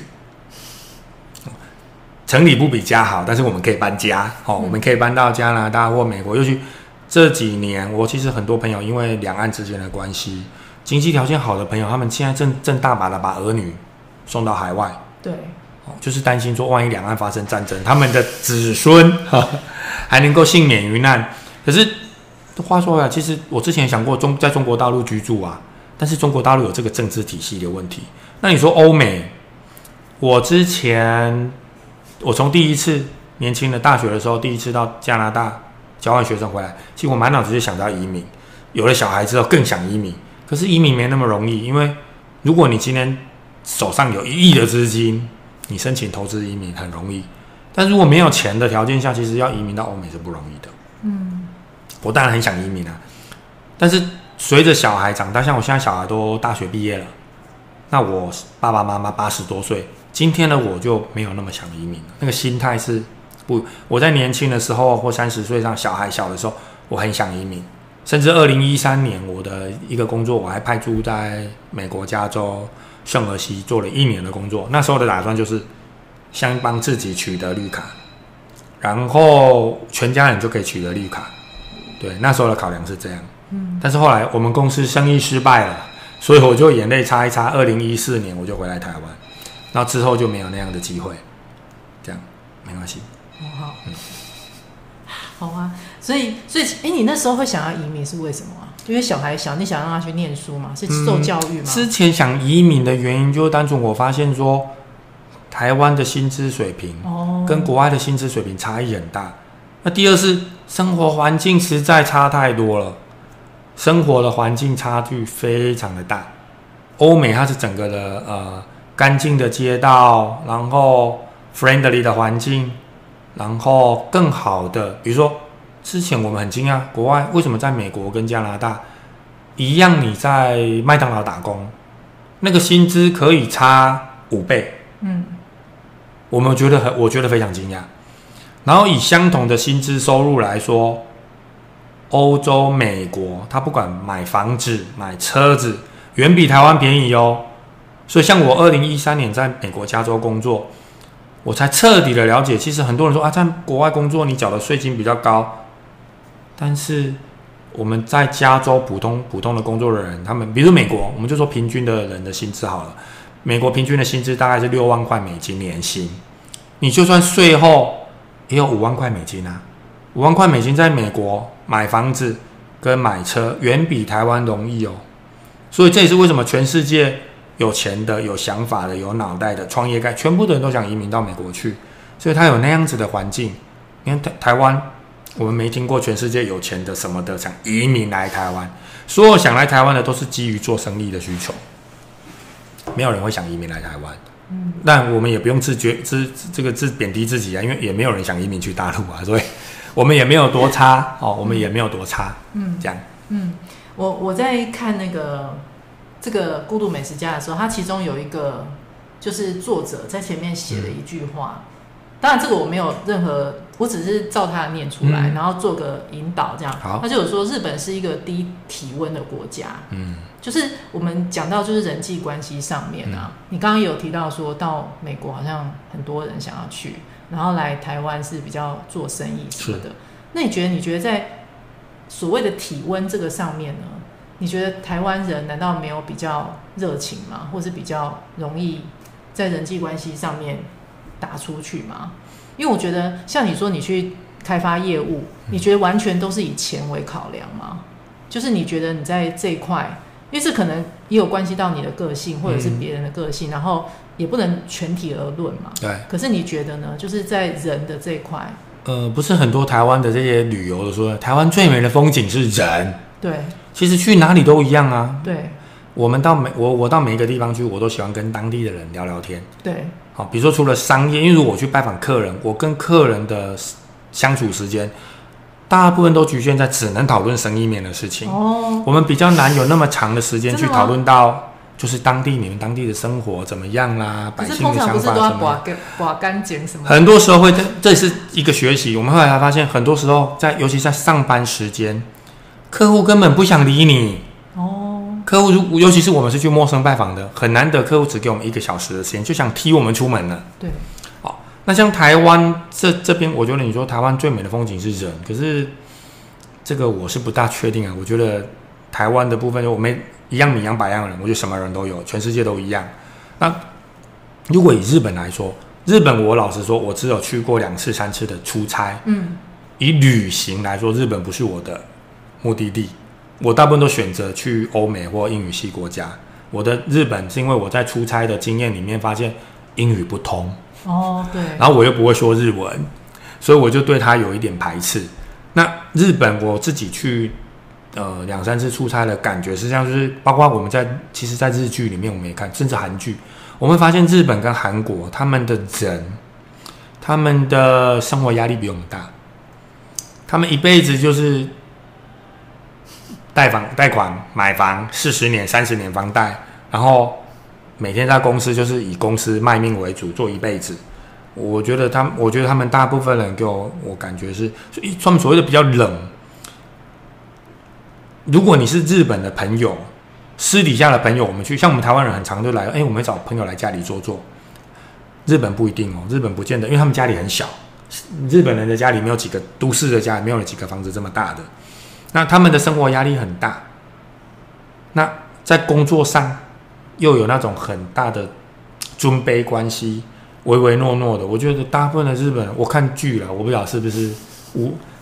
城里不比家好，但是我们可以搬家，哦，我们可以搬到加拿大或美国。尤其这几年，我其实很多朋友因为两岸之间的关系，经济条件好的朋友，他们现在正正大把的把儿女送到海外。 对。 就是担心说，万一两岸发生战争，他们的子孙还能够幸免于难。可是话说回来，其实我之前想过中在中国大陆居住啊，但是中国大陆有这个政治体系的问题。那你说欧美，我之前我从第一次年轻的大学的时候，第一次到加拿大交换学生回来，其实我满脑子就想到移民。有了小孩之后更想移民，可是移民没那么容易，因为如果你今天手上有一亿的资金，你申请投资移民很容易，但如果没有钱的条件下，其实要移民到欧美是不容易的。嗯，我当然很想移民啊，但是随着小孩长大，像我现在小孩都大学毕业了，那我爸爸妈妈八十多岁，今天的我就没有那么想移民了。那个心态是不，我在年轻的时候或三十岁上小孩小的时候，我很想移民，甚至二零一三年我的一个工作，我还派驻在美国加州圣荷西做了一年的工作，那时候的打算就是先帮自己取得绿卡，然后全家人就可以取得绿卡。对，那时候的考量是这样。嗯，但是后来我们公司生意失败了，所以我就眼泪擦一擦。二零一四年我就回来台湾，然后之后就没有那样的机会。这样没关系。 哦好。嗯好啊，所以所以哎，你那时候会想要移民是为什么啊？因为小孩小，你想让他去念书嘛，是受教育吗？ 嗯、之前想移民的原因，就单纯我发现说，台湾的薪资水平哦， 跟国外的薪资水平差异很大。那第二是生活环境实在差太多了，生活的环境差距非常的大。欧美它是整个的呃干净的街道，然后 friendly 的环境，然后更好的，比如说之前我们很惊讶，国外为什么在美国跟加拿大一样，你在麦当劳打工，那个薪资可以差五倍， 嗯， 我们觉得很，我觉得非常惊讶。然后以相同的薪资收入来说，欧洲、美国，他不管买房子、买车子，远比台湾便宜哦。所以像我二零一三年在美国加州工作，我才彻底的了解，其实很多人说啊，在国外工作你缴的税金比较高，但是我们在加州普通普通的工作的人，他们比如美国，我们就说平均的人的薪资好了，美国平均的薪资大概是六万块美金年薪，你就算税后也有五万块美金啊，五万块美金在美国买房子跟买车远比台湾容易哦，所以这也是为什么全世界有钱的、有想法的、有脑袋的创业概，全部的人都想移民到美国去，所以他有那样子的环境。你看台台湾，我们没听过全世界有钱的什么的想移民来台湾，所有想来台湾的都是基于做生意的需求，没有人会想移民来台湾。嗯，但我们也不用自觉自这个自贬低自己啊，因为也没有人想移民去大陆啊，所以我们也没有多差哦，我们也没有多差。嗯，这样。 嗯，我我在看那个这个《孤独美食家》的时候，它其中有一个就是作者在前面写了一句话，嗯、当然这个我没有任何，我只是照他的念出来，嗯、然后做个引导这样。 好， 他就有说日本是一个低体温的国家。嗯。就是我们讲到就是人际关系上面啊，嗯、你刚刚有提到说到美国好像很多人想要去，然后来台湾是比较做生意什么的。那你觉得你觉得在所谓的体温这个上面呢，你觉得台湾人难道没有比较热情吗？或是比较容易在人际关系上面打出去吗？因为我觉得像你说你去开发业务，你觉得完全都是以钱为考量吗？就是你觉得你在这一块，因为这可能也有关系到你的个性或者是别人的个性，嗯、然后也不能全体而论嘛。 对。 可是你觉得呢？就是在人的这一块， 呃，不是很多台湾的这些旅游的说，台湾最美的风景是人。 对。 其实去哪里都一样啊。 对。 我们到每我我到每一个地方去，我都喜欢跟当地的人聊聊天。 对。 好，比如说除了商业，因为如果我去拜访客人，我跟客人的相处时间，大部分都局限在只能讨论生意面的事情。哦，我们比较难有那么长的时间去讨论到，就是当地你们当地的生活怎么样啦，百姓的想法什么。可是通常不是都要刮干净什么？ 很多时候会，这也是一个学习。我们后来才发现，很多时候在，尤其在上班时间，客户根本不想理你。哦，客户如尤其是我们是去陌生拜访的，很难得客户只给我们一个小时的时间，就想踢我们出门了。 对。 那像台湾这这边，我觉得你说台湾最美的风景是人，可是这个我是不大确定啊。我觉得台湾的部分，我们一样米养百样人，我觉得什么人都有，全世界都一样。那如果以日本来说，日本我老实说，我只有去过两次、三次的出差。嗯，以旅行来说，日本不是我的目的地，我大部分都选择去欧美或英语系国家。我的日本是因为我在出差的经验里面发现英语不通。 哦，对， 然后我又不会说日文，所以我就对他有一点排斥。那日本我自己去呃两三次出差的感觉是这样，就是包括我们在其实，在日剧里面我们也看，甚至韩剧，我们发现日本跟韩国他们的人，他们的生活压力比我们大，他们一辈子就是贷房贷款买房四十年、三十年房贷，然后每天在公司就是以公司卖命为主，做一辈子。我觉得他们，我觉得他们大部分人给我，我感觉是，他们所谓的比较冷。如果你是日本的朋友，私底下的朋友，我们去，像我们台湾人很常就来，哎，我们会找朋友来家里坐坐。日本不一定哦，日本不见得，因为他们家里很小，日本人的家里没有几个，都市的家里没有几个房子这么大的，那他们的生活压力很大。那在工作上又有那种很大的尊卑关系，唯唯诺诺的。我觉得大部分的日本人，我看剧了，我不知道是不是无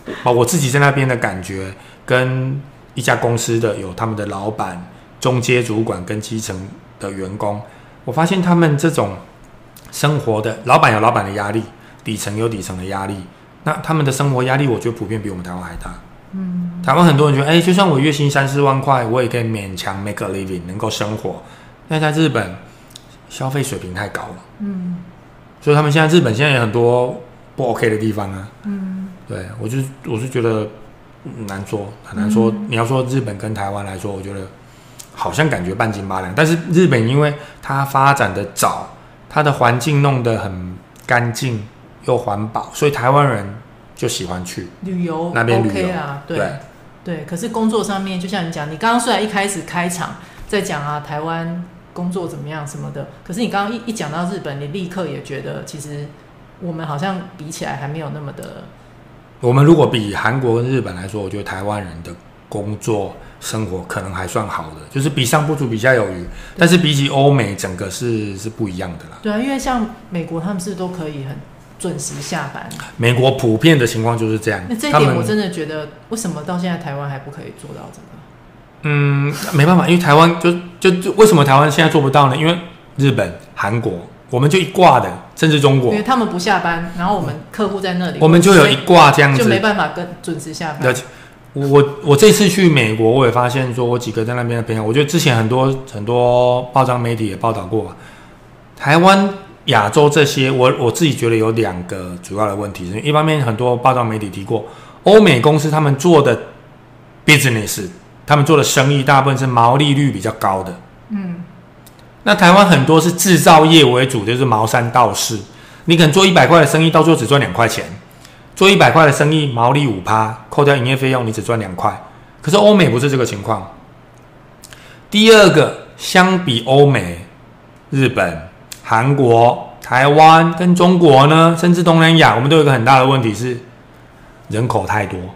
啊，我自己在那边的感觉，跟一家公司的有他们的老板、中阶主管跟基层的员工，我发现他们这种生活的，老板有老板的压力，底层有底层的压力，那他们的生活压力，我觉得普遍比我们台湾还大。嗯，台湾很多人觉得，哎、欸，就算我月薪三四万块，我也可以勉强 make a living， 能够生活。但在日本，消费水平太高了。嗯，所以他们现在日本现在有很多不 OK 的地方啊。嗯，对我就我是觉得难说，很难说。嗯、你要说日本跟台湾来说，我觉得好像感觉半斤八两。但是日本因为它发展的早，它的环境弄得很干净又环保，所以台湾人就喜欢去旅游那边旅游 OK 啊，对对, 对。可是工作上面，就像你讲，你刚刚虽然一开始开场在讲啊台湾工作怎么样什么的，可是你刚刚一一讲到日本，你立刻也觉得其实我们好像比起来还没有那么的。 我们如果比韩国跟日本来说，我觉得台湾人的工作生活可能还算好的，就是比上不足，比下有余。但是比起欧美，整个是是不一样的啦。 对啊，因为像美国他们是不是都可以很准时下班？ 美国普遍的情况就是这样。 那这一点我真的觉得，为什么到现在台湾还不可以做到这个？ 嗯，没办法，因为台湾就就就为什么台湾现在做不到呢？因为日本、韩国，我们就一挂的，甚至中国， 因为他们不下班，然后我们客户在那里， 我们就有一挂这样子， 就没办法跟准时下班。 我我这次去美国，我也发现说，我几个在那边的朋友，我觉得之前很多很多报章媒体也报道过吧，台湾、亚洲这些，我我自己觉得有两个主要的问题，一方面很多报章媒体提过，欧美公司他们做的 business， 他们做的生意大部分是毛利率比较高的，嗯，那台湾很多是制造业为主，就是毛三到四，你可能做一百块的生意，到最后只赚两块钱。做一百块的生意，毛利 百分之五， 扣掉营业费用，你只赚两块。可是欧美不是这个情况。第二个，相比欧美、日本、韩国、台湾跟中国呢，甚至东南亚，我们都有一个很大的问题是人口太多。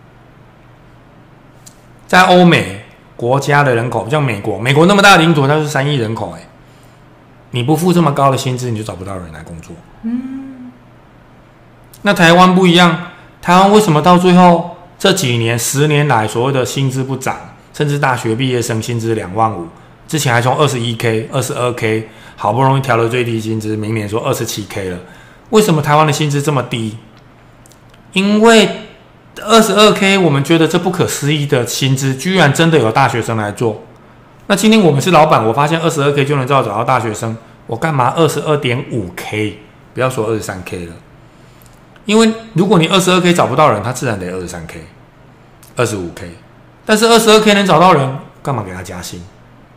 在欧美国家的人口，像美国，美国那么大的领土，它是三亿人口，哎，你不付这么高的薪资，你就找不到人来工作。嗯。那台湾不一样，台湾为什么到最后这几年、十年来所谓的薪资不涨，甚至大学毕业生薪资两万五，之前还从二十一 K、二十二 K， 好不容易调了最低薪资，明年说二十七 K 了，为什么台湾的薪资这么低？因为二十二 K， 我们觉得这不可思议的薪资，居然真的有大学生来做。那今天我们是老板，我发现二十二 K 就能找到大学生，我干嘛二十二点五 K？ 不要说二十三 K 了。因为如果你 二十二 K 找不到人，他自然得 二十三 K、二十五 K， 但是 二十二 K 能找到人，干嘛给他加薪？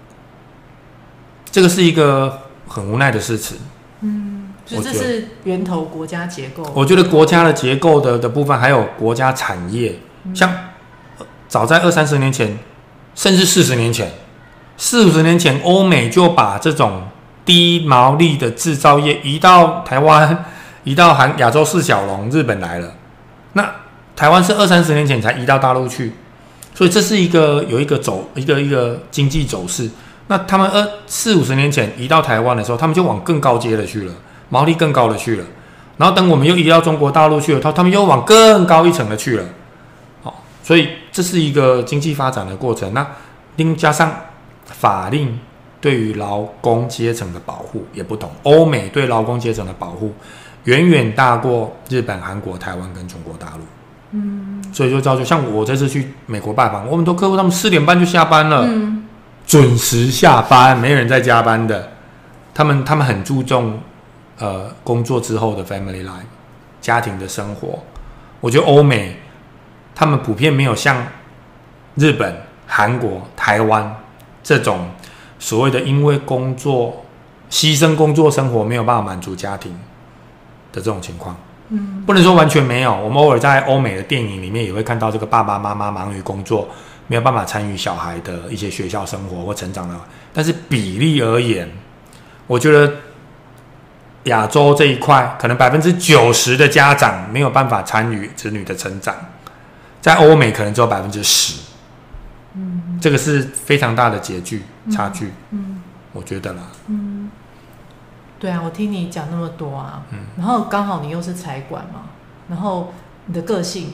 这个是一个很无奈的事情。 嗯，所以这是源头国家结构。 我觉得国家的结构 的, 的部分，还有国家产业，嗯、像早在二三十年前，甚至四十年前、四五十年前，欧美就把这种低毛利的制造业移到台湾。移到韩亚洲四小龙，日本来了，那台湾是二三十年前才移到大陆去，所以这是一个有一个走一个一个经济走势。那他们二四五十年前移到台湾的时候，他们就往更高阶的去了，毛利更高的去了。然后等我们又移到中国大陆去了，他们又往更高一层的去了。好，所以这是一个经济发展的过程。那另加上法令对于劳工阶层的保护也不同，欧美对劳工阶层的保护远远大过日本、韩国、台湾跟中国大陆。嗯，所以就造就像我这次去美国拜访，我们很多客户他们四点半就下班了，嗯，准时下班，没人在加班的。他们他们很注重呃工作之后的 family life， 家庭的生活。我觉得欧美他们普遍没有像日本、韩国、台湾这种所谓的因为工作牺牲工作生活没有办法满足家庭的这种情况。嗯，不能说完全没有，我们偶尔在欧美的电影里面也会看到这个爸爸妈妈忙于工作，没有办法参与小孩的一些学校生活或成长的，但是比例而言，我觉得亚洲这一块可能 百分之九十 的家长没有办法参与子女的成长，在欧美可能只有 百分之十， 嗯，这个是非常大的截距差距，嗯，嗯我觉得啦， 嗯，对啊，我听你讲那么多啊，嗯，然后刚好你又是财管嘛，然后你的个性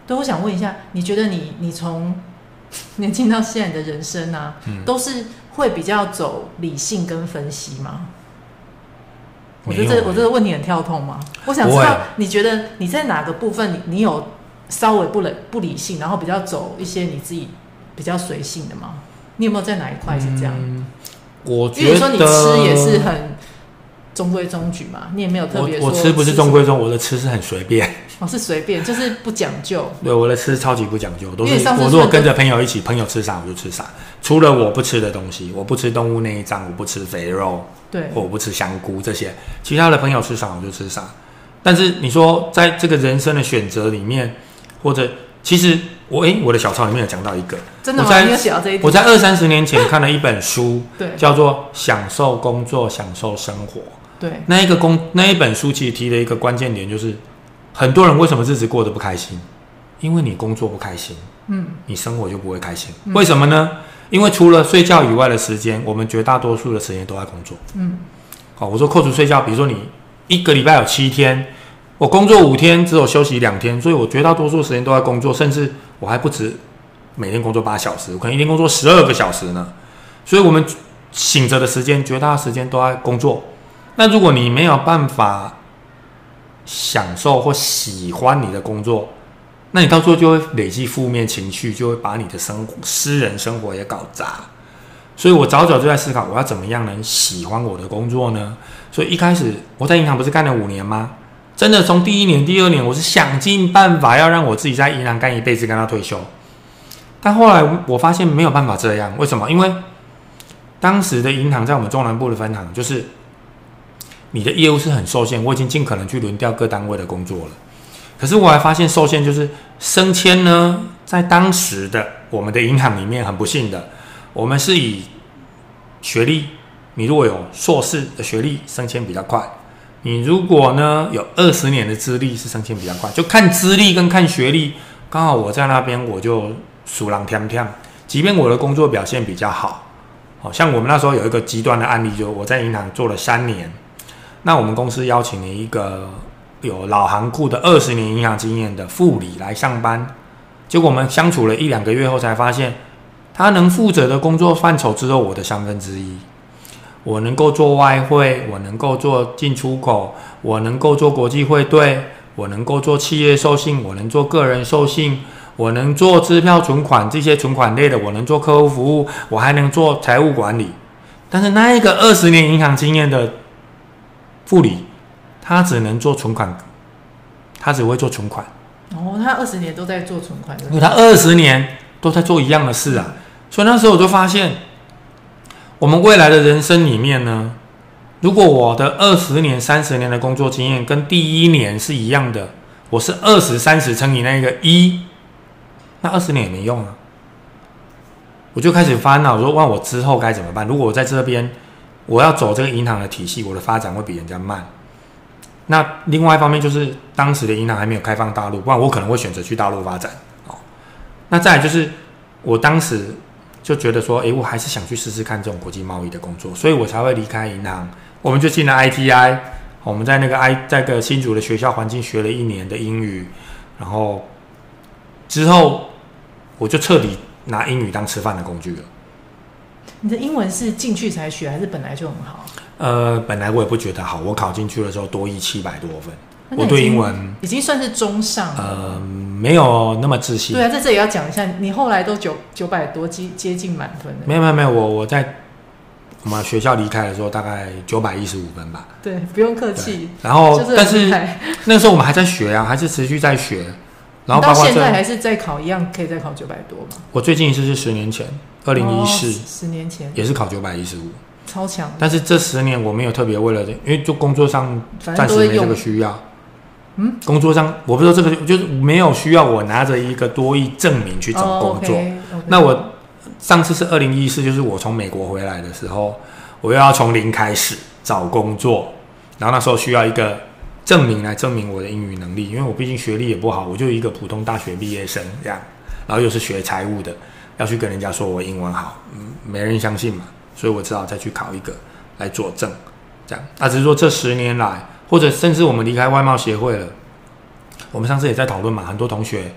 对，我想问一下，你觉得你你从年轻到现在的人生啊，嗯、都是会比较走理性跟分析吗？我觉得这我这个问题很跳痛吗？我想知道，你觉得你在哪个部分你你有稍微不理不理性，然后比较走一些你自己比较随性的吗？你有没有在哪一块是这样？嗯、 我觉得， 因为你说你吃也是很中规中矩嘛，你也没有特别说我。我吃不是中规中，我的吃是很随便。 哦，是随便，就是不讲究。 对，我的吃超级不讲究，都是我如果跟着朋友一起，朋友吃啥我就吃啥，除了我不吃的东西，我不吃动物内脏，我不吃肥肉， 对， 或我不吃香菇这些，其他的朋友吃啥我就吃啥。但是你说在这个人生的选择里面，或者其实我诶，我的小抄里面有讲到一个， 真的吗？你有写到这一点？ 我在二三十年前看了一本书， 对， 叫做《享受工作，享受生活》。 对， 那一个工那一本书其实提的一个关键点就是。很多人为什么日子过得不开心？因为你工作不开心，嗯，你生活就不会开心。嗯、为什么呢？因为除了睡觉以外的时间，我们绝大多数的时间都在工作。嗯，好，我说扣除睡觉，比如说你一个礼拜有七天，我工作五天，只有休息两天，所以我绝大多数时间都在工作，甚至我还不止每天工作八小时，我可能一天工作十二个小时呢。所以我们醒着的时间，绝大时间都在工作。那如果你没有办法享受或喜欢你的工作，那你到最后就会累积负面情绪，就会把你的生活、私人生活也搞砸。所以我早早就在思考，我要怎么样能喜欢我的工作呢？所以一开始我在银行不是干了五年吗？真的从第一年、第二年，我是想尽办法要让我自己在银行干一辈子，干到退休。但后来我发现没有办法这样，为什么？因为当时的银行在我们中南部的分行，就是你的业务是很受限，我已经尽可能去轮调各单位的工作了。可是我还发现受限就是升迁呢，在当时的我们的银行里面很不幸的，我们是以学历，你如果有硕士的学历升迁比较快，你如果呢有二十年的资历是升迁比较快，就看资历跟看学历。刚好我在那边我就输人添添，即便我的工作表现比较好，好像我们那时候有一个极端的案例，就我在银行做了三年。那我们公司邀请了一个有老行库的二十年银行经验的副理来上班，结果我们相处了一两个月后才发现，他能负责的工作范畴只有我的三分之一。我能够做外汇，我能够做进出口，我能够做国际汇兑，我能够做企业授信，我能做个人授信，我能做支票存款这些存款类的，我能做客户服务，我还能做财务管理。但是那一个二十年银行经验的副理，他只能做存款，他只会做存款。 哦，他二十年都在做存款， 因为他二十年都在做一样的事啊。所以那时候我就发现，我们未来的人生里面呢，如果我的二十年、三十年的工作经验跟第一年是一样的，我是二十、三十乘以那个一，那二十年也没用啊。我就开始烦恼说，问我之后该怎么办？如果我在这边，我要走这个银行的体系，我的发展会比人家慢。那另外一方面就是当时的银行还没有开放大陆，不然我可能会选择去大陆发展。哦，那再来就是我当时就觉得说，诶，我还是想去试试看这种国际贸易的工作，所以我才会离开银行。我们就进了 I T I， 我们在那个 I 在个新竹的学校环境学了一年的英语，然后之后我就彻底拿英语当吃饭的工具了。 你的英文是进去才学，还是本来就很好？ 呃，本来我也不觉得好，我考进去的时候多益七百多分，我对英文已经算是中上了。 呃，没有那么自信。 对啊，在这里要讲一下，你后来都九九百多，接接近满分的。 没有没有没有，我我在我们学校离开的时候大概九百一十五分吧。 对，不用客气。 然后，但是那个时候我们还在学啊，还是持续在学。然后包括到现在还是在考一样，可以再考九百多嘛？ 我最近一次是十年前，二零一四， 十年前也是考九百一十五， 超强。 但是这十年我没有特别为了，因为就工作上暂时没这个需要。嗯，工作上我不知道这个就是没有需要我拿着一个多益证明去找工作。Oh, okay, okay. 那我上次是二零一四，就是我从美国回来的时候，我又要从零开始找工作，然后那时候需要一个证明来证明我的英语能力，因为我毕竟学历也不好，我就一个普通大学毕业生这样，然后又是学财务的，要去跟人家说我英文好，嗯，没人相信嘛，所以我只好再去考一个来佐证，这样。啊，只是说这十年来，或者甚至我们离开外贸协会了，我们上次也在讨论嘛，很多同学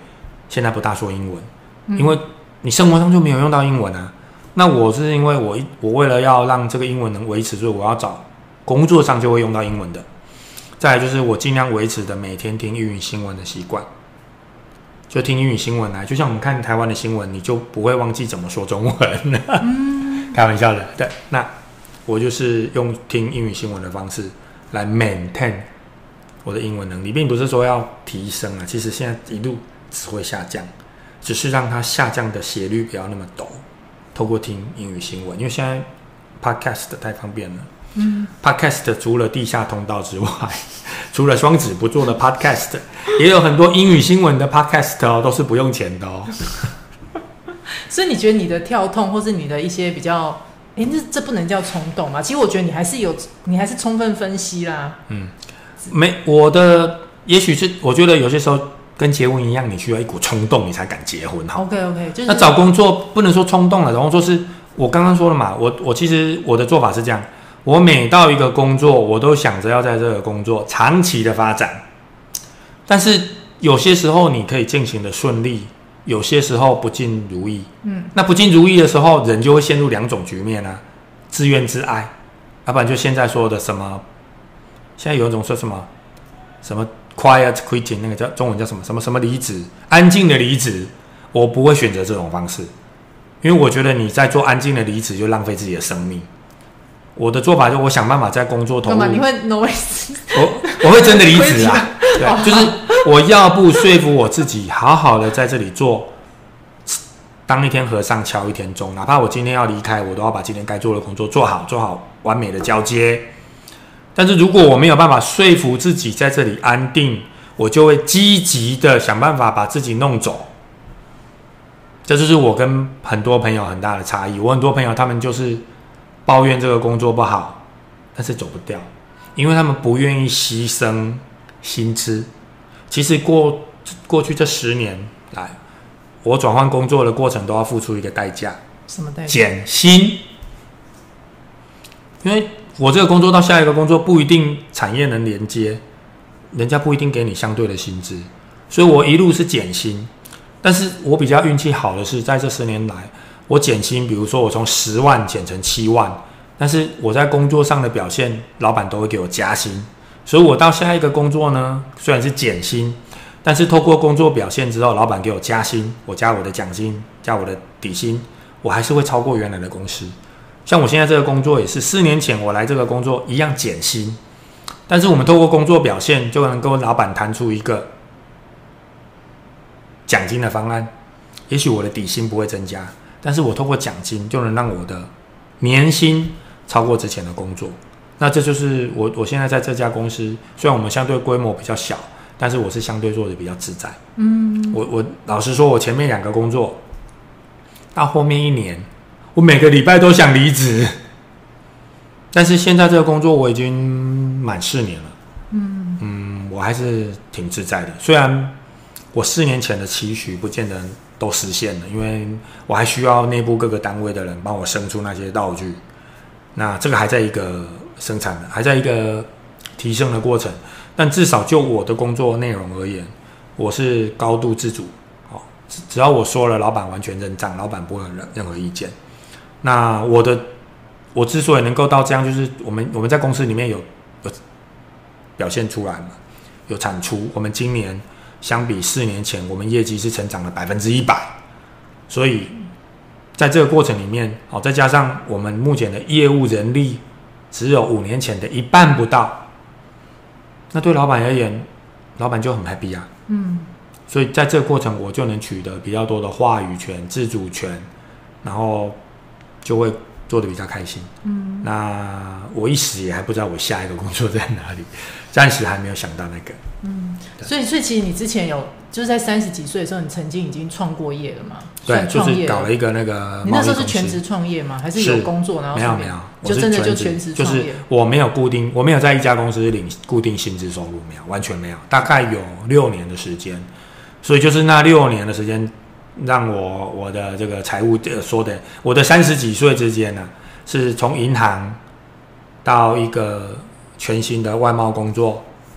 现在不大说英文，嗯、因为你生活上就没有用到英文啊。那我是因为我我为了要让这个英文能维持，所以我要找工作上就会用到英文的。再来就是我尽量维持的每天听英语新闻的习惯，就听英语新闻来，就像我们看台湾的新闻，你就不会忘记怎么说中文了。嗯、开玩笑的，对。那我就是用听英语新闻的方式来 maintain 我的英文能力，并不是说要提升啊，其实现在一路只会下降，只是让它下降的斜率不要那么陡。透过听英语新闻，因为现在 podcast 太方便了。嗯 ，podcast 除了地下通道之外，除了双子不做的 podcast， 也有很多英语新闻的 podcast 哦，都是不用钱的哦。 所以你觉得你的跳痛，或是你的一些比较，哎，这这不能叫冲动嘛？其实我觉得你还是有，你还是充分分析啦。嗯， 没，我的也许是我觉得有些时候。跟结婚一样，你需要一股冲动，你才敢结婚。好 ，OK OK， 就是那找工作不能说冲动了，找工作是我刚刚说了嘛，我我其实我的做法是这样，我每到一个工作，我都想着要在这个工作长期的发展，但是有些时候你可以进行的顺利，有些时候不尽如意。嗯，那不尽如意的时候，人就会陷入两种局面啊，自怨自艾，要不然就现在说的什么，现在有一种说什么什么。Quiet quitting 那个叫中文叫什么什么什么离职，安静的离职，我不会选择这种方式，因为我觉得你在做安静的离职就浪费自己的生命。我的做法就我想办法在工作投入， 你会 noise， 我我会真的离职啊，对，就是我要不说服我自己，好好的在这里做，当一天和尚敲一天钟，哪怕我今天要离开，我都要把今天该做的工作做好，做好完美的交接。但是如果我没有办法说服自己在这里安定，我就会积极的想办法把自己弄走。这就是我跟很多朋友很大的差异。我很多朋友他们就是抱怨这个工作不好，但是走不掉，因为他们不愿意牺牲薪资。其实过过去这十年来，我转换工作的过程都要付出一个代价， 什么代价？ 减薪，因为。我这个工作到下一个工作不一定产业能连接，人家不一定给你相对的薪资，所以我一路是减薪。但是我比较运气好的是，在这十年来，我减薪，比如说我从十万减成七万，但是我在工作上的表现，老板都会给我加薪。所以我到下一个工作呢，虽然是减薪，但是透过工作表现之后，老板给我加薪，我加我的奖金，加我的底薪，我还是会超过原来的公司。像我现在这个工作也是四年前我来这个工作一样减薪，但是我们透过工作表现就能够老板谈出一个奖金的方案。也许我的底薪不会增加，但是我透过奖金就能让我的年薪超过之前的工作。那这就是我我现在在这家公司，虽然我们相对规模比较小，但是我是相对做的比较自在。嗯，我我老实说，我前面两个工作到后面一年。我每个礼拜都想离职，但是现在这个工作我已经满四年了，嗯嗯，我还是挺自在的。虽然我四年前的期许不见得都实现了，因为我还需要内部各个单位的人帮我生出那些道具，那这个还在一个生产的，还在一个提升的过程。但至少就我的工作内容而言，我是高度自主，哦，只要我说了，老板完全认账，老板不会有任何意见。那我的，我之所以能够到这样，就是我们我们在公司里面有有表现出来嘛，有产出。我们今年相比四年前，我们业绩是成长了百分之一百，所以在这个过程里面，好，再加上我们目前的业务人力只有五年前的一半不到，那对老板而言，老板就很 happy 啊。嗯，所以在这个过程，我就能取得比较多的话语权、自主权，然后就会做得比较开心。嗯，那我一时也还不知道我下一个工作在哪里，暂时还没有想到那个。嗯， 所以所以其实你之前有就是在三十几岁的时候，你曾经已经创过业了嘛？ 对，就是搞了一个那个。 你那时候是全职创业吗？还是有工作然后？ 没有没有， 就真的就全职创业。 就是我没有固定，我没有在一家公司领固定薪资收入，没有，完全没有。大概有六年的时间，所以就是那六年的时间。让我我的这个财务说的，我的三十几岁之间呢、啊，是从银行到一个全新的外贸工作，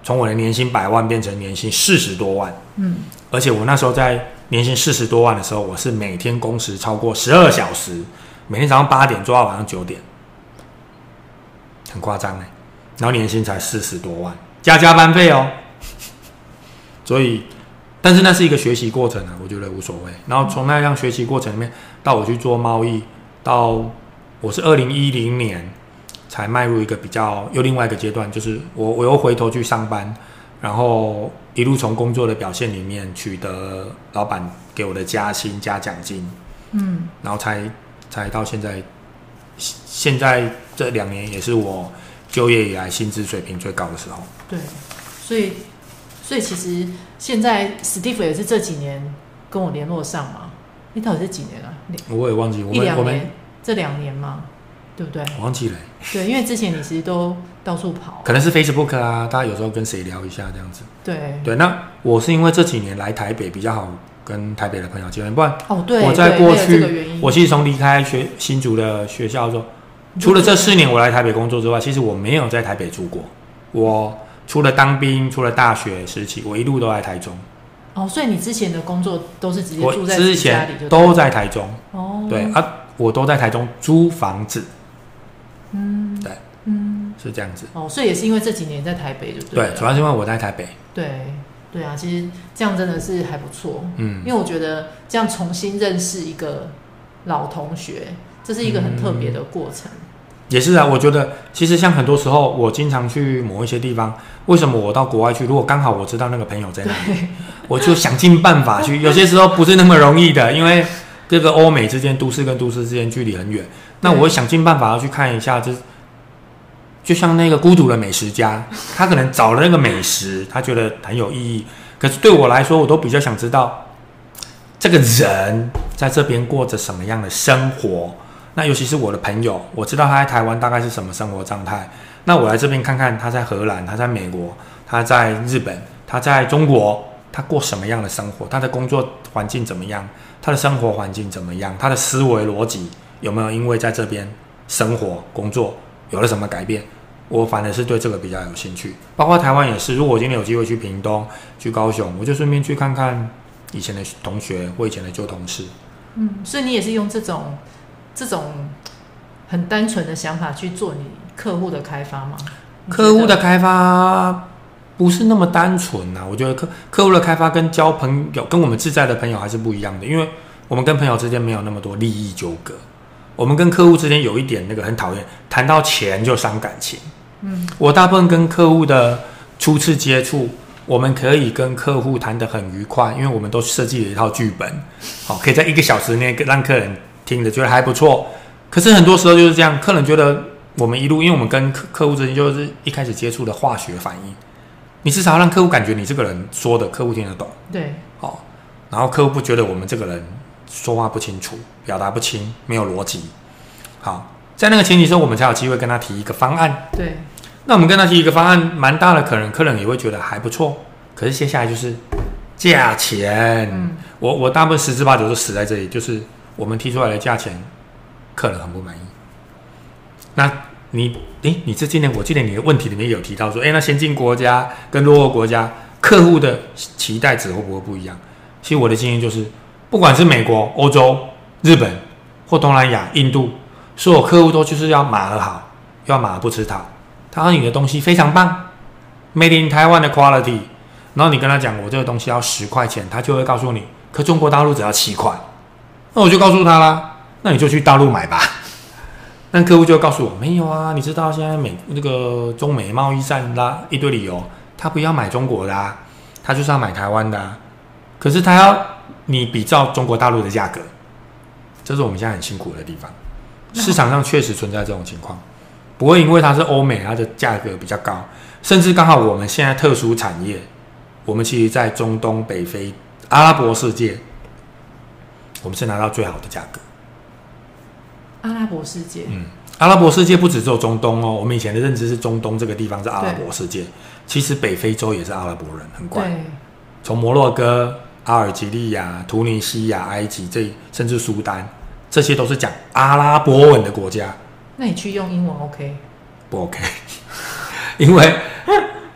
从我的年薪百万变成年薪四十多万， 嗯， 而且我那时候在年薪四十多万的时候，我是每天工时超过十二小时，每天早上八点做到晚上九点，很夸张哎。然后年薪才四十多万，加加班费哦。所以，但是那是一个学习过程啊，我觉得无所谓。然后从那样学习过程里面，到我去做贸易，到我是二零一零年才迈入一个比较又另外一个阶段，就是我我又回头去上班，然后一路从工作的表现里面取得老板给我的加薪加奖金， 嗯， 然后才才到现在，现在这两年也是我就业以来薪资水平最高的时候。 对，所以所以其实现在 Steve 也是这几年跟我联络上嘛，你到底是几年啊？ 我也忘记，我一两们我们年，这两年嘛，对不对？ 我忘记了， 对，因为之前你其实都到处跑， 可能是 Facebook 啊，大家有时候跟谁聊一下这样子。 对对，那我是因为这几年来台北比较好跟台北的朋友见面，不然哦，对， 我在过对这个去原因， 我其实从离开学新竹的学校之后，除了这四年我来台北工作之外，其实我没有在台北住过。我除了当兵，除了大学时期，我一路都在台中。 哦，所以你之前的工作都是直接我住在自之己家里就对了， 前都在台中， 哦， 对啊，我都在台中租房子， 嗯， 对， 嗯， 是这样子。 哦，所以也是因为这几年在台北就对对， 了， 主要是因为我在台北。 对对啊，其实这样真的是还不错， 嗯因为我觉得这样重新认识一个老同学，这是一个很特别的过程。 也是啊，我觉得其实像很多时候，我经常去某一些地方，为什么我到国外去？如果刚好我知道那个朋友在那里，我就想尽办法去。有些时候不是那么容易的，因为这个欧美之间、都市跟都市之间距离很远。那我会想尽办法要去看一下，就就像那个孤独的美食家，他可能找了那个美食，他觉得很有意义。可是对我来说，我都比较想知道这个人在这边过着什么样的生活。那尤其是我的朋友，我知道他在台湾大概是什么生活状态。那我来这边看看他在荷兰，他在美国，他在日本，他在中国，他过什么样的生活？他的工作环境怎么样？他的生活环境怎么样？他的思维逻辑有没有因为在这边生活工作有了什么改变？我反而是对这个比较有兴趣。包括台湾也是，如果我今天有机会去屏东、去高雄，我就顺便去看看以前的同学或以前的旧同事。 嗯，所以你也是用这种这种很单纯的想法去做你客户的开发吗？ 客户的开发不是那么单纯啊，我觉得客客户的开发跟交朋友、跟我们自在的朋友还是不一样的，因为我们跟朋友之间没有那么多利益纠葛，我们跟客户之间有一点那个很讨厌，谈到钱就伤感情。嗯，我大部分跟客户的初次接触，我们可以跟客户谈得很愉快，因为我们都设计了一套剧本，好，可以在一个小时内让客人听着觉得还不错。可是很多时候就是这样，客人觉得我们一路，因为我们跟客客户之间就是一开始接触的化学反应，你至少要让客户感觉你这个人说的客户听得懂， 对， 好，然后客户不觉得我们这个人说话不清楚，表达不清，没有逻辑。好，在那个前提之后，我们才有机会跟他提一个方案。 对， 那我们跟他提一个方案，蛮大的，可能客人也会觉得还不错。可是接下来就是价钱，嗯、我我大部分十之八九都死在这里，就是我们提出来的价钱，客人很不满意。那你，诶，你这今年我记得你的问题里面有提到说，诶，那先进国家跟落后国家客户的期待值会不会不一样？其实我的经验就是，不管是美国、欧洲、日本或东南亚、印度，所有客户都就是要马儿好，要马儿不吃草。他说你的东西非常棒 ，Made in Taiwan 的 quality， 然后你跟他讲我这个东西要十块钱，他就会告诉你，可中国大陆只要七块。那我就告诉他啦，那你就去大陆买吧。那客户就会告诉我，没有啊，你知道现在美那个中美贸易战啦，一堆理由，他不要买中国的啊，他就是要买台湾的啊。可是他要你比照中国大陆的价格，这是我们现在很辛苦的地方。市场上确实存在这种情况，不会因为它是欧美，它的价格比较高，甚至刚好我们现在特殊产业，我们其实在中东、北非、阿拉伯世界，我们是拿到最好的价格。 阿拉伯世界， 嗯，阿拉伯世界不只只有中东哦，我们以前的认知是中东这个地方是阿拉伯世界，其实北非洲也是阿拉伯人，很怪。从摩洛哥、阿尔及利亚、突尼西亚、埃及，这甚至苏丹，这些都是讲阿拉伯文的国家。 那你去用英文 OK？ 不 OK， 因为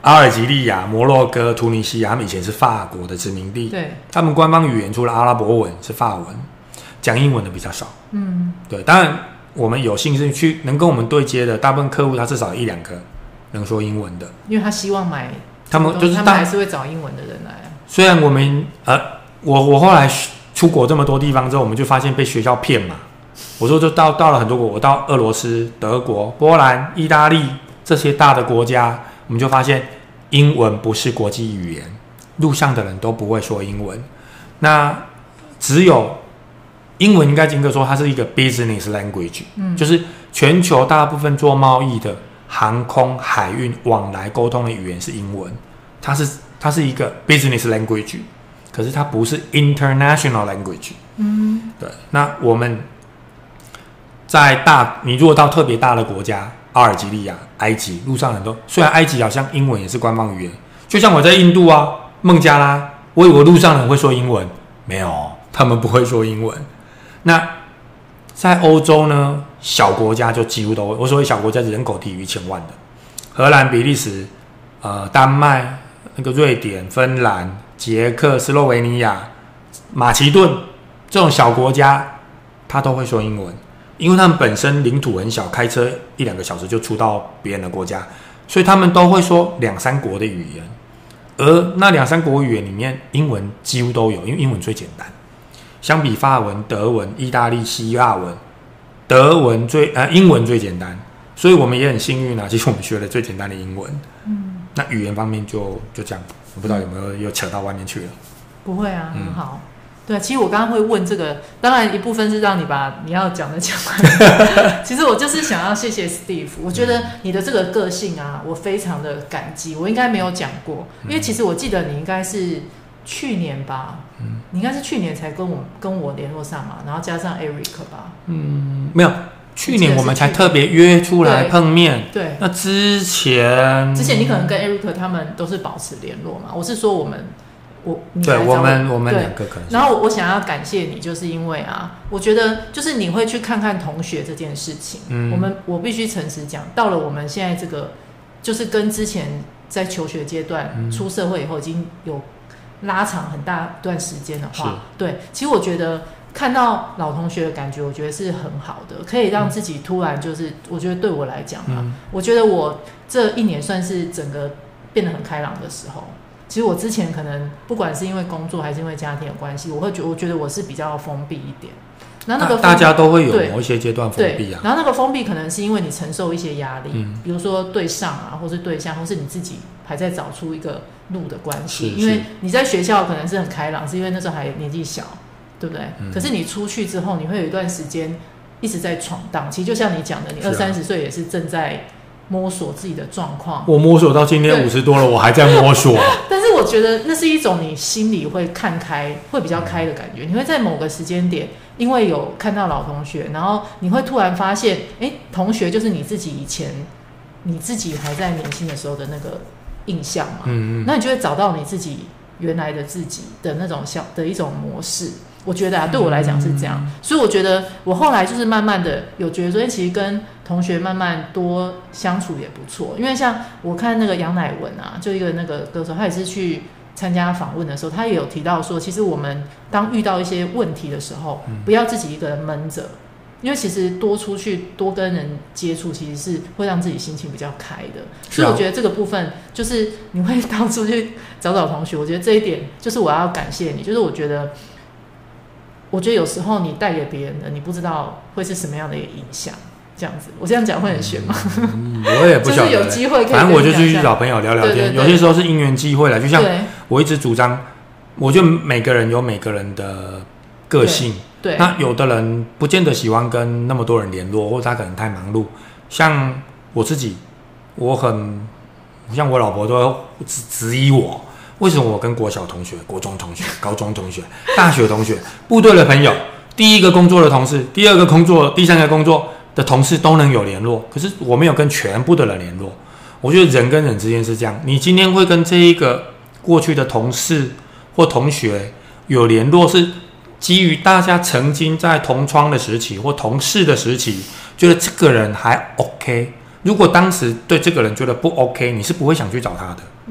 阿尔及利亚、摩洛哥、突尼西亚，他们以前是法国的殖民地， 对， 他们官方语言除了阿拉伯文是法文，讲英文的比较少。嗯，对，当然我们有幸是去能跟我们对接的，大部分客户他至少有一两个能说英文的， 因为他希望买， 他们就是他们还是会找英文的人来啊。 虽然我们呃，我我后来出国这么多地方之后，我们就发现被学校骗嘛。我说就到到了很多国，我到俄罗斯、德国、波兰、意大利这些大的国家，我们就发现英文不是国际语言，路上的人都不会说英文。那只有英文应该应该说它是一个 business language，嗯，就是全球大部分做贸易的航空、海运往来沟通的语言是英文，它是它是一个 business language， 可是它不是 international language。嗯，对。那我们在大，你如果到特别大的国家，阿尔及利亚、埃及，路上很多，虽然埃及好像英文也是官方语言，就像我在印度啊、孟加拉，我以为路上人会说英文，没有，他们不会说英文。那在欧洲呢，小国家就几乎都会，我所谓小国家人口低于一千万的，荷兰、比利时、呃、丹麦、那个瑞典、芬兰、捷克、斯洛维尼亚、马其顿这种小国家，他都会说英文。因为他们本身领土很小，开车一两个小时就出到别人的国家，所以他们都会说两三国的语言。而那两三国语言里面，英文几乎都有，因为英文最简单。相比法文、德文、意大利、希腊文，德文最呃英文最简单，所以我们也很幸运啊。其实我们学了最简单的英文。嗯，那语言方面就就这样，我不知道有没有又扯到外面去了。 不会啊，很好。嗯，对，其实我刚刚会问这个，当然一部分是让你把你要讲的讲完。其实我就是想要谢谢 Steve， 我觉得你的这个个性啊，我非常的感激。我应该没有讲过，因为其实我记得你应该是去年吧，嗯，你应该是去年才跟我跟我联络上嘛，然后加上 Eric 吧， 嗯，没有，去年我们才特别约出来碰面。 对，对， 那之前之前你可能跟 Eric 他们都是保持联络嘛，我是说我们。我对我们我们两个可能， 然后我想要感谢你，就是因为啊，我觉得就是你会去看看同学这件事情。嗯，我们我必须诚实讲，到了我们现在这个，就是跟之前在求学阶段、嗯、出社会以后已经有拉长很大段时间的话，对，其实我觉得看到老同学的感觉，我觉得是很好的，可以让自己突然就是，嗯、我觉得对我来讲啊，嗯、我觉得我这一年算是整个变得很开朗的时候。其实我之前可能不管是因为工作还是因为家庭的关系，我会觉我觉得我是比较封闭一点。然后那个大家都会有某一些阶段封闭啊。 然后那个封闭可能是因为你承受一些压力，嗯、比如说对上啊，或是对象，或是你自己还在找出一个路的关系。因为你在学校可能是很开朗，是因为那时候还年纪小，对不对？嗯、可是你出去之后，你会有一段时间一直在闯荡。其实就像你讲的，你二三十岁也是正在摸索自己的状况。 我摸索到今天五十多了，我还在摸索。 但是我觉得那是一种你心里会看开，会比较开的感觉。你会在某个时间点，因为有看到老同学，然后你会突然发现，哎，同学就是你自己以前你自己还在年轻的时候的那个印象嘛。嗯嗯。那你就会找到你自己原来的自己的那种小的一种模式。我觉得啊，对我来讲是这样，嗯、所以我觉得我后来就是慢慢的有觉得说，其实跟同学慢慢多相处也不错。因为像我看那个杨乃文啊，就一个那个歌手，他也是去参加访问的时候，他也有提到说，其实我们当遇到一些问题的时候，嗯、不要自己一个人闷着，因为其实多出去多跟人接触，其实是会让自己心情比较开的。所以我觉得这个部分就是你会到处去找找同学，我觉得这一点就是我要感谢你，就是我觉得。我觉得有时候你带给别人的，你不知道会是什么样的一个影响，这样子。我这样讲会很玄吗？ 嗯、我也不晓得。 就是有机会可以， 反正我就去找朋友聊聊天。对对对，有些时候是因缘际会了，就像我一直主张，我觉得每个人有每个人的个性。 对。对， 那有的人不见得喜欢跟那么多人联络，或者他可能太忙碌。像我自己，我很像我老婆都质质疑我。为什么我跟国小同学、国中同学、高中同学、大学同学、部队的朋友，第一个工作的同事、第二个工作、第三个工作的同事都能有联络，可是我没有跟全部的人联络？我觉得人跟人之间是这样，你今天会跟这一个过去的同事或同学有联络，是基于大家曾经在同窗的时期或同事的时期，觉得这个人还 OK。如果当时对这个人觉得不 OK， 你是不会想去找他的。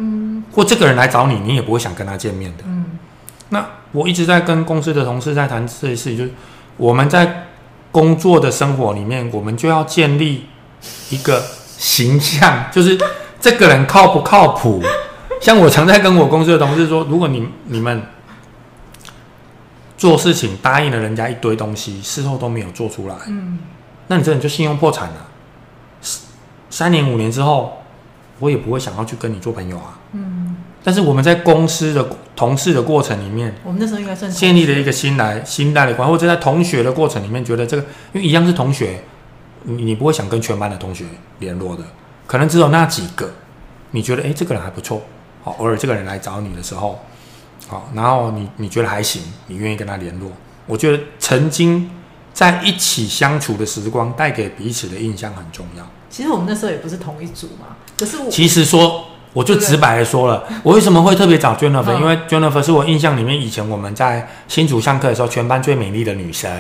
或这个人来找你，你也不会想跟他见面的。 嗯， 那我一直在跟公司的同事在谈这些事情，就是我们在工作的生活里面，我们就要建立一个形象，就是这个人靠不靠谱。像我常在跟我公司的同事说，如果你你们做事情答应了人家一堆东西，事后都没有做出来， 嗯， 那你这人就信用破产了。三年五年之后，我也不会想要去跟你做朋友啊。 嗯， 但是我们在公司的同事的过程里面， 我们那时候应该算建立了一个信赖信赖的关系，或者在同学的过程里面，觉得这个因为一样是同学，你你不会想跟全班的同学联络的，可能只有那几个，你觉得哎这个人还不错，好，偶尔这个人来找你的时候，好，然后你你觉得还行，你愿意跟他联络。我觉得曾经在一起相处的时光带给彼此的印象很重要。 其实我们那时候也不是同一组嘛，可是我其实说，我就直白的说了，我为什么会特别找 Jennifer？、嗯、因为 Jennifer 是我印象里面以前我们在新竹上课的时候，全班最美丽的女生。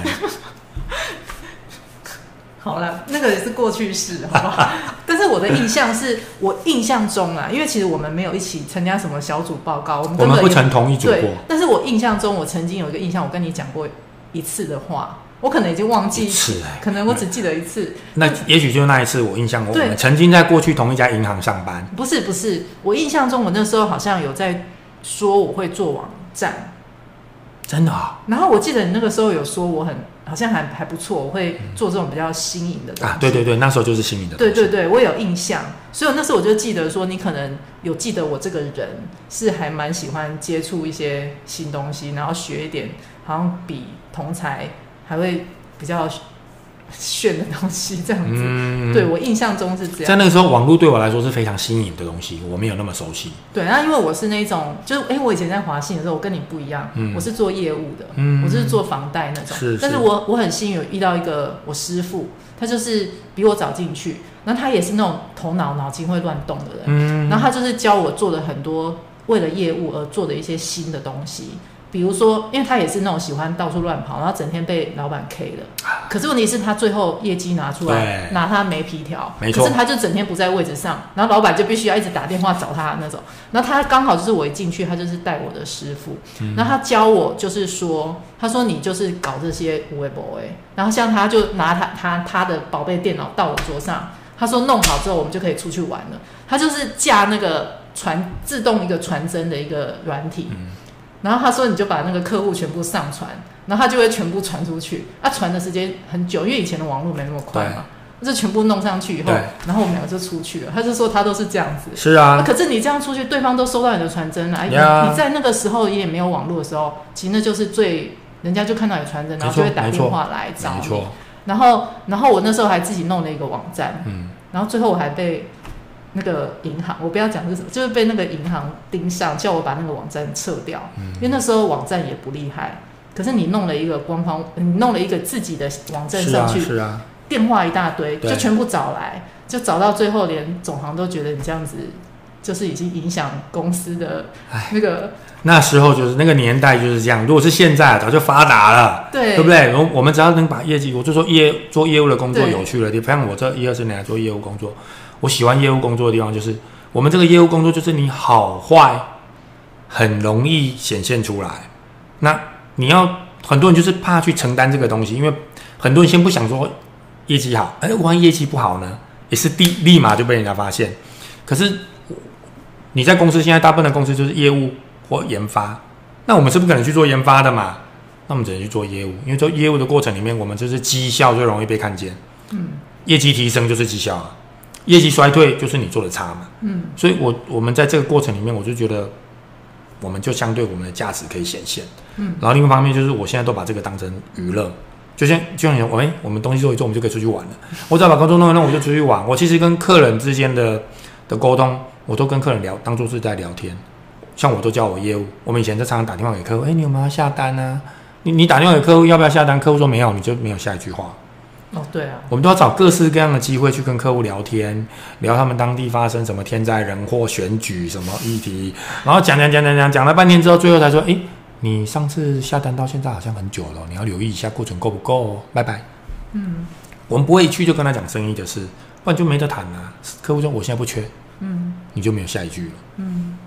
好了，那个也是过去式，好不好？但是我的印象是我印象中啊，因为其实我们没有一起参加什么小组报告，我们我们不曾同一组过。 对，但是我印象中，我曾经有一个印象，我跟你讲过一次的话。我可能已经忘记，可能我只记得一次。 那也许就那一次，我印象我们曾经在过去同一家银行上班。 不是不是，我印象中我那时候好像有在说我会做网站， 真的啊、 哦。然后我记得你那个时候有说我很好像还还不错，我会做这种比较新颖的东西、 啊。对对对，那时候就是新颖的东西。 对对对，我有印象，所以我那时候我就记得说，你可能有记得我这个人是还蛮喜欢接触一些新东西，然后学一点，好像比同才。还会比较炫的东西，这样子。嗯、对我印象中是这样。 在那个时候，网络对我来说是非常新颖的东西，我没有那么熟悉。 对，那因为我是那种，就是哎，我以前在华信的时候，我跟你不一样，嗯、我是做业务的，嗯、我是做房贷那种。 是是但是我我很幸运有遇到一个我师父，他就是比我早进去，然后他也是那种头脑脑筋会乱动的人，嗯、然后他就是教我做了很多为了业务而做的一些新的东西。比如说，因为他也是那种喜欢到处乱跑，然后整天被老板 K 的。可是问题是，他最后业绩拿出来，拿他没皮条，可是他就整天不在位置上，然后老板就必须要一直打电话找他那种。然后他刚好就是我一进去，他就是带我的师傅，嗯、然后他教我就是说，他说你就是搞这些无为不为，然后像他就拿他他他的宝贝电脑到我桌上，他说弄好之后我们就可以出去玩了。他就是架那个传自动一个传真的一个软体。嗯然后他说，你就把那个客户全部上传，然后他就会全部传出去。啊，传的时间很久，因为以前的网络没那么快嘛，就全部弄上去以后，然后我们两个就出去了。他就说他都是这样子。 是啊。啊可是你这样出去，对方都收到你的传真了、啊。Yeah. 你, 你在那个时候也没有网络的时候，其实那就是最人家就看到你传真，然后就会打电话来找你。然后，然后我那时候还自己弄了一个网站，嗯，然后最后我还被。那个银行，我不要讲是什么，就是被那个银行盯上，叫我把那个网站撤掉，嗯、因为那时候网站也不厉害，可是你弄了一个官方，你弄了一个自己的网站上去， 是啊，是啊电话一大堆，就全部找来，就找到最后，连总行都觉得你这样子就是已经影响公司的那个。 那时候就是那个年代就是这样，如果是现在，早就发达了， 对， 对不对？我们只要能把业绩，我就说业做业务的工作有趣的地方，像我这一二十年来做业务工作。我喜欢业务工作的地方就是，我们这个业务工作就是你好坏很容易显现出来。那你要很多人就是怕去承担这个东西，因为很多人先不想说业绩好，哎，万一业绩不好呢，也是立立马就被人家发现。可是你在公司现在大部分的公司就是业务或研发，那我们是不可能去做研发的嘛？那我们只能去做业务，因为做业务的过程里面，我们就是绩效最容易被看见。嗯，业绩提升就是绩效啊。业绩衰退就是你做的差嘛，嗯，所以我我们在这个过程里面，我就觉得我们就相对我们的价值可以显现，嗯，然后另一方面就是我现在都把这个当成娱乐，就像就像你说，哎，我们东西做一做，我们就可以出去玩了。我只要把工作弄一弄，我就出去玩。我其实跟客人之间的的沟通，我都跟客人聊，当作是在聊天。像我都教我业务，我们以前就常常打电话给客户，哎，你有没有要下单啊？你你打电话给客户要不要下单？客户说没有，你就没有下一句话。 哦，对啊， 我们都要找各式各样的机会去跟客户聊天，聊他们当地发生什么天灾人祸、选举什么议题，然后讲讲讲讲讲讲了半天之后，最后才说，哎，你上次下单到现在好像很久了，你要留意一下过程够不够哦，拜拜。嗯，我们不会一去就跟他讲生意的事，不然就没得谈啊。客户说我现在不缺，嗯，你就没有下一句了。嗯，就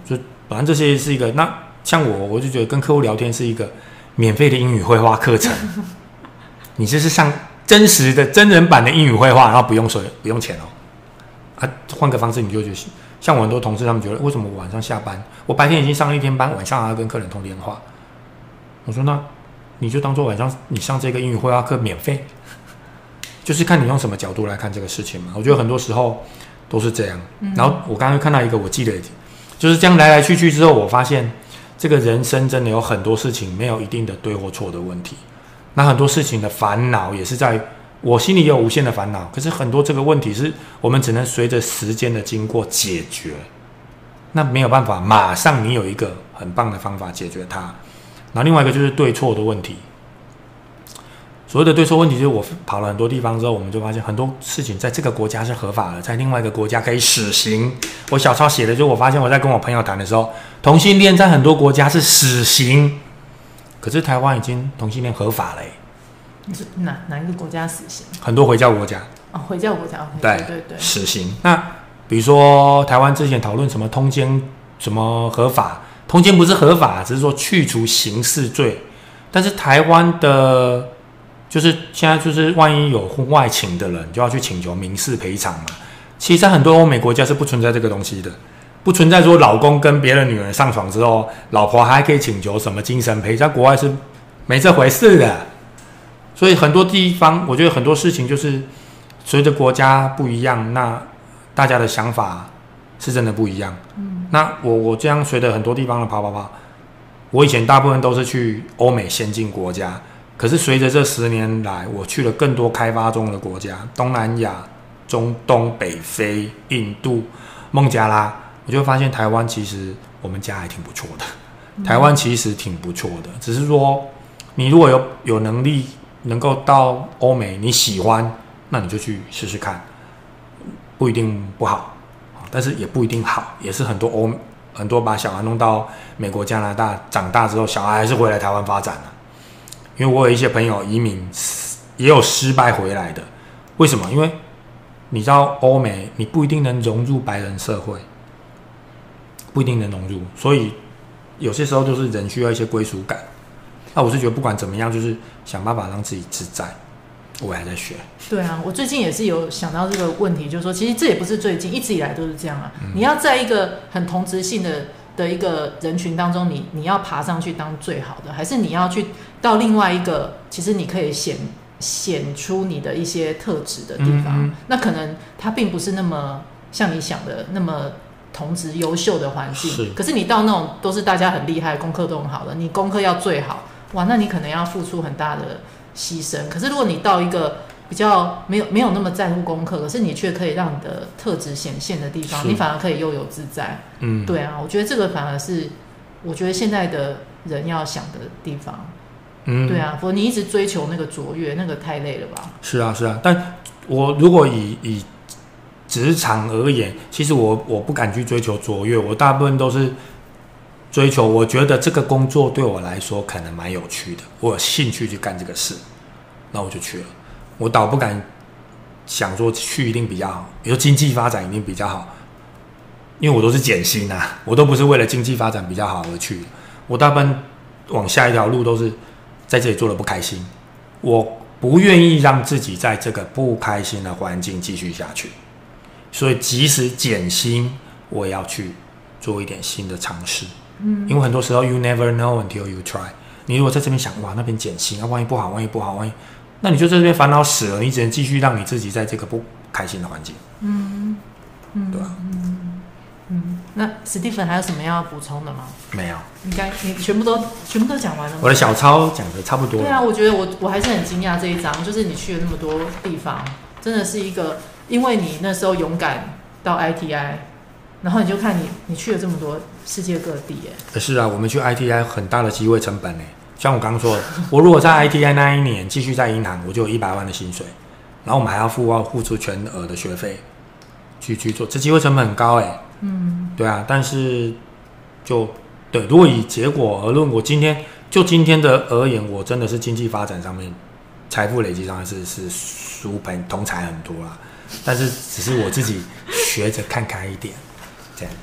反正这些是一个，那像我我就觉得跟客户聊天是一个免费的英语绘画课程，你这是上真实的真人版的英语绘画，然后不用水不用钱哦。啊，换个方式你就觉得，像我很多同事他们觉得，为什么我晚上下班，我白天已经上了一天班，晚上还要跟客人通电话？我说那你就当做晚上你上这个英语绘画课免费，就是看你用什么角度来看这个事情嘛。我觉得很多时候都是这样。嗯、然后我刚刚看到一个，我记得就是这样来来去去之后，我发现这个人生真的有很多事情没有一定的对或错的问题。那很多事情的烦恼也是在我心里也有无限的烦恼，可是很多这个问题是我们只能随着时间的经过解决，那没有办法马上你有一个很棒的方法解决它。然后另外一个就是对错的问题，所谓的对错问题就是我跑了很多地方之后，我们就发现很多事情在这个国家是合法的，在另外一个国家可以死刑。我小抄写的就是我发现我在跟我朋友谈的时候，同性恋在很多国家是死刑，可是台湾已经同性恋合法了耶。 你是哪哪一个国家死刑？ 很多回教国家。 哦，回教国家。Okay, 对对对对， 死刑。那比如说台湾之前讨论什么通奸什么合法，通奸不是合法，只是说去除刑事罪。但是台湾的，就是现在就是万一有婚外情的人，就要去请求民事赔偿嘛。其实在很多欧美国家是不存在这个东西的，不存在说老公跟别的女人上床之后，老婆还可以请求什么精神赔偿，在国外是没这回事的。所以很多地方，我觉得很多事情就是随着国家不一样，那大家的想法是真的不一样。嗯，那我我这样随着很多地方的跑跑跑，我以前大部分都是去欧美先进国家，可是随着这十年来，我去了更多开发中的国家，东南亚、中东、北非、印度、孟加拉，我就发现台湾其实我们家还挺不错的。嗯、台湾其实挺不错的，只是说你如果有有能力。能够到欧美你喜欢，那你就去试试看，不一定不好，但是也不一定好，也是很多欧很多把小孩弄到美国、加拿大长大之后，小孩还是回来台湾发展了。因为我有一些朋友移民也有失败回来的，为什么？因为你知道欧美你不一定能融入白人社会，不一定能融入，所以有些时候就是人需要一些归属感。那我是觉得不管怎么样，就是想办法让自己自在。我还在学。 对啊，我最近也是有想到这个问题，就是说，其实这也不是最近，一直以来都是这样啊。嗯、你要在一个很同质性的的一个人群当中，你你要爬上去当最好的，还是你要去到另外一个，其实你可以显显出你的一些特质的地方？嗯嗯那可能它并不是那么像你想的那么。同质优秀的环境，是可是你到那种都是大家很厉害，功课都很好的，你功课要最好，哇，那你可能要付出很大的牺牲。可是如果你到一个比较没有没有那么在乎功课，可是你却可以让你的特质显现的地方，你反而可以悠游自在。嗯，对啊，我觉得这个反而是我觉得现在的人要想的地方。嗯，对啊，否则你一直追求那个卓越，那个太累了吧？ 是啊，是啊，但我如果以以职场而言，其实我我不敢去追求卓越，我大部分都是追求我觉得这个工作对我来说可能蛮有趣的，我有兴趣去干这个事，那我就去了。我倒不敢想说去一定比较好，比如经济发展一定比较好，因为我都是减薪啊，我都不是为了经济发展比较好而去，我大部分往下一条路都是在这里做的不开心，我不愿意让自己在这个不开心的环境继续下去。所以即使减薪，我也要去做一点新的尝试。嗯，因为很多时候 you never know until you try。你如果在这边想，哇，那边减薪啊，万一不好，万一不好，万一，那你就在这边烦恼死了。你只能继续让你自己在这个不开心的环境。嗯嗯，对吧、啊？ 嗯嗯。那史蒂芬还有什么要补充的吗？ 没有。 应该你全部都全部都讲完了吗？ 我的小抄讲的差不多了。 对啊，我觉得我我还是很惊讶这一章，就是你去了那么多地方，真的是一个。因为你那时候勇敢到 I T I， 然后你就看你你去了这么多世界各地耶。 是啊，我们去 I T I 很大的机会成本耶。像我刚刚说的，我如果在 I T I 那一年继续在银行，我就有一百万的薪水，然后我们还要付要付出全额的学费去去做，这机会成本很高哎。嗯，对啊，但是就对，如果以结果而论，我今天就今天的而言，我真的是经济发展上面、财富累积上面是是输朋同才很多啦。但是只是我自己学着看开一点，这样。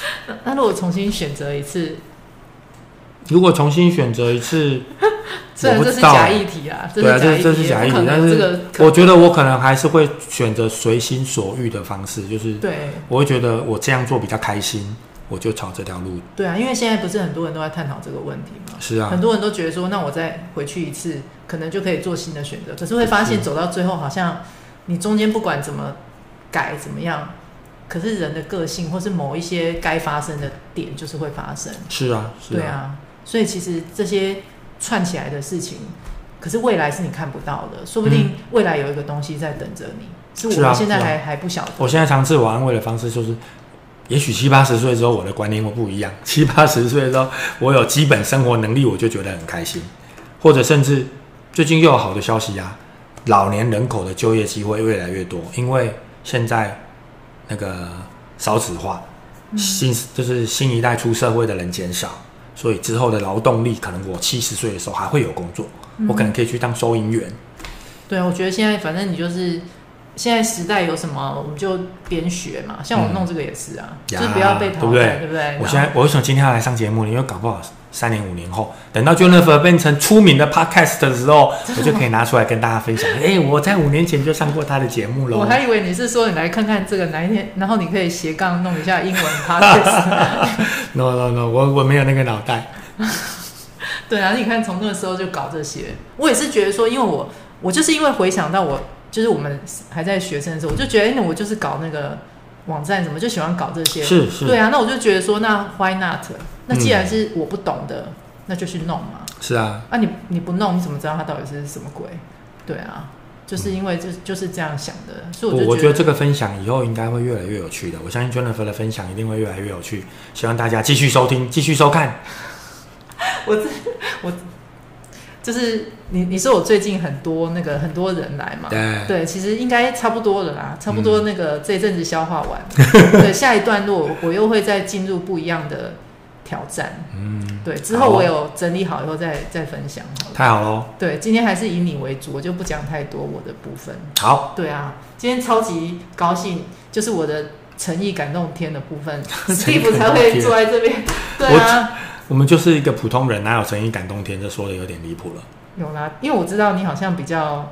那那如果重新选择一次， 如果重新选择一次， 虽然这是假议题啊， 对啊，这这是假议题，但是我觉得我可能还是会选择随心所欲的方式，就是对， 我会觉得我这样做比较开心，我就朝这条路。 对啊，因为现在不是很多人都在探讨这个问题嘛， 是啊， 很多人都觉得说，那我再回去一次，可能就可以做新的选择，可是会发现走到最后，好像你中间不管怎么改怎么样。可是人的个性，或是某一些该发生的点，就是会发生。 是啊，是啊， 对啊。所以其实这些串起来的事情，可是未来是你看不到的，说不定未来有一个东西在等着你，嗯、是我们现在还、啊、还不晓得。 我现在常自我安慰的方式就是，也许七八十岁之后，我的观念会不一样。七八十岁之后，我有基本生活能力，我就觉得很开心。或者甚至最近又有好的消息啊，老年人口的就业机会越来越多，因为现在。那个少子化，新就是新一代出社会的人减少，所以之后的劳动力可能我七十岁的时候还会有工作，嗯、我可能可以去当收银员。 对，我觉得现在反正你就是现在时代有什么我们就边学嘛，像我弄这个也是啊，嗯、就是不要被淘汰，对不对？对不对？ 我现在我为什么今天要来上节目呢？因为搞不好三年五年后，等到 Jennifer 变成出名的 podcast 的时候，我就可以拿出来跟大家分享。哎、欸，我在五年前就上过他的节目了。 我还以为你是说你来看看这个哪一天，然后你可以斜杠弄一下英文 podcast。 no no no， 我我没有那个脑袋。 对啊，你看从那个时候就搞这些，我也是觉得说，因为我我就是因为回想到我就是我们还在学生的时候，我就觉得，哎、欸，我就是搞那个网站什么，就喜欢搞这些。 是是。 对啊，那我就觉得说，那 why not？那既然是我不懂的，嗯、那就去弄嘛。 是啊， 啊你你不弄，你怎么知道它到底是什么鬼？对啊，就是因为就、嗯、就是这样想的，所以我就觉得我觉得这个分享以后应该会越来越有趣的。我相信 Jennifer 的分享一定会越来越有趣，希望大家继续收听，继续收看。 我我就是你你说我最近很多那个很多人来嘛， 对对，其实应该差不多了啦，差不多那个这一阵子消化完，嗯、对，下一段落我又会再进入不一样的挑战，嗯，对，之后我有整理好以后再再分享好了。 太好了， 对，今天还是以你为主，我就不讲太多我的部分。 好， 对啊，今天超级高兴，就是我的诚意感动天的部分，Steve 才会坐在这边，对啊。 我们就是一个普通人，哪有诚意感动天？这说的有点离谱了。 有啦，因为我知道你好像比较，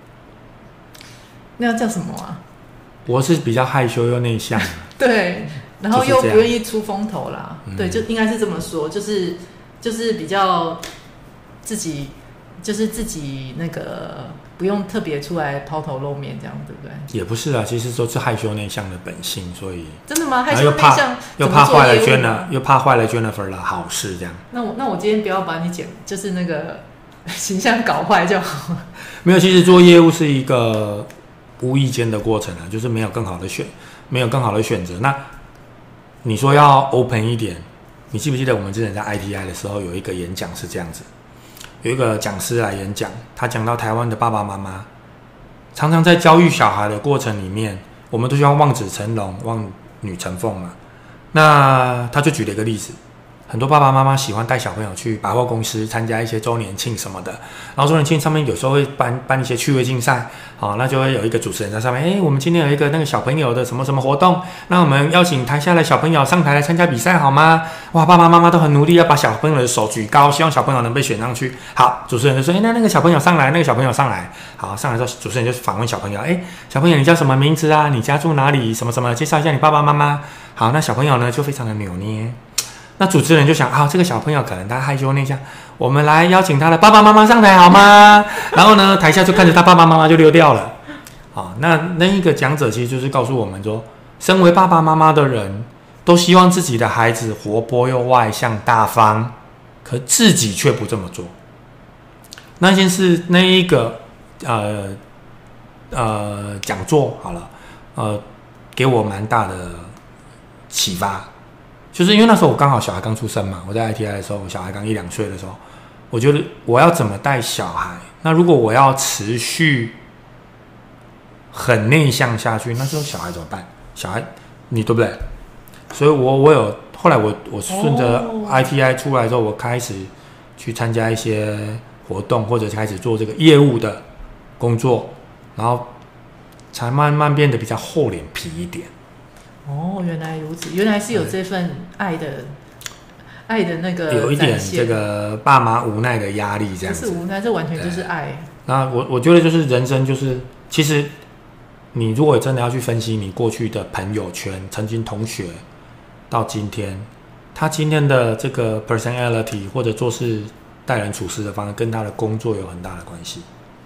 那叫什么啊？ 我是比较害羞又内向， 对，然后又不愿意出风头啦。嗯、对，就应该是这么说，就是就是比较自己，就是自己那个不用特别出来抛头露面，这样对不对？ 也不是啊，其实都是害羞内向的本性，所以真的吗？害羞内向又怕坏了 Jennifer， 又怕坏了 Jennifer 的好事，这样。 那我那我今天不要把你剪，就是那个形象搞坏就好了。 没有，其实做业务是一个无意间的过程啊，就是没有更好的选，没有更好的选择。那你说要 open 一点，你记不记得我们之前在 I T I 的时候有一个演讲是这样子？有一个讲师来演讲，他讲到台湾的爸爸妈妈常常在教育小孩的过程里面，我们都希望望子成龙、望女成凤嘛。那他就举了一个例子，很多爸爸妈妈喜欢带小朋友去百货公司参加一些周年庆什么的，然后周年庆上面有时候会办办一些趣味竞赛，好，那就会有一个主持人在上面，哎，我们今天有一个那个小朋友的什么什么活动，那我们邀请台下的小朋友上台来参加比赛好吗？哇，爸爸妈妈都很努力要把小朋友的手举高，希望小朋友能被选上去。好，主持人就说，哎，那那个小朋友上来，那个小朋友上来，好，上来之后，主持人就访问小朋友，哎，小朋友你叫什么名字啊？你家住哪里？什么什么？介绍一下你爸爸妈妈。好，那小朋友呢就非常的扭捏。那主持人就想啊，这个小朋友可能他害羞内向，我们来邀请他的爸爸妈妈上台好吗？然后呢，台下就看着他爸爸妈妈就溜掉了。啊，那那一个讲者其实就是告诉我们说，身为爸爸妈妈的人都希望自己的孩子活泼又外向大方，可自己却不这么做。那件事那一个呃呃讲座好了，呃，给我蛮大的启发。就是因为那时候我刚好小孩刚出生嘛，我在 I T I 的时候，我小孩刚一两岁的时候，我觉得我要怎么带小孩？那如果我要持续很内向下去，那这种小孩怎么办？小孩你对不对？所以我我有后来我我顺着 I T I 出来之后，我开始去参加一些活动，或者开始做这个业务的工作，然后才慢慢变得比较厚脸皮一点。 哦，原来如此，原来是有这份爱的爱的那个有一点这个爸妈无奈的压力这样子， 不是无奈，这完全就是爱。 那我我觉得就是人生就是其实。你如果真的要去分析你过去的朋友圈、曾经同学，到今天，他今天的这个 personality 或者做事待人处事的方式，跟他的工作有很大的关系。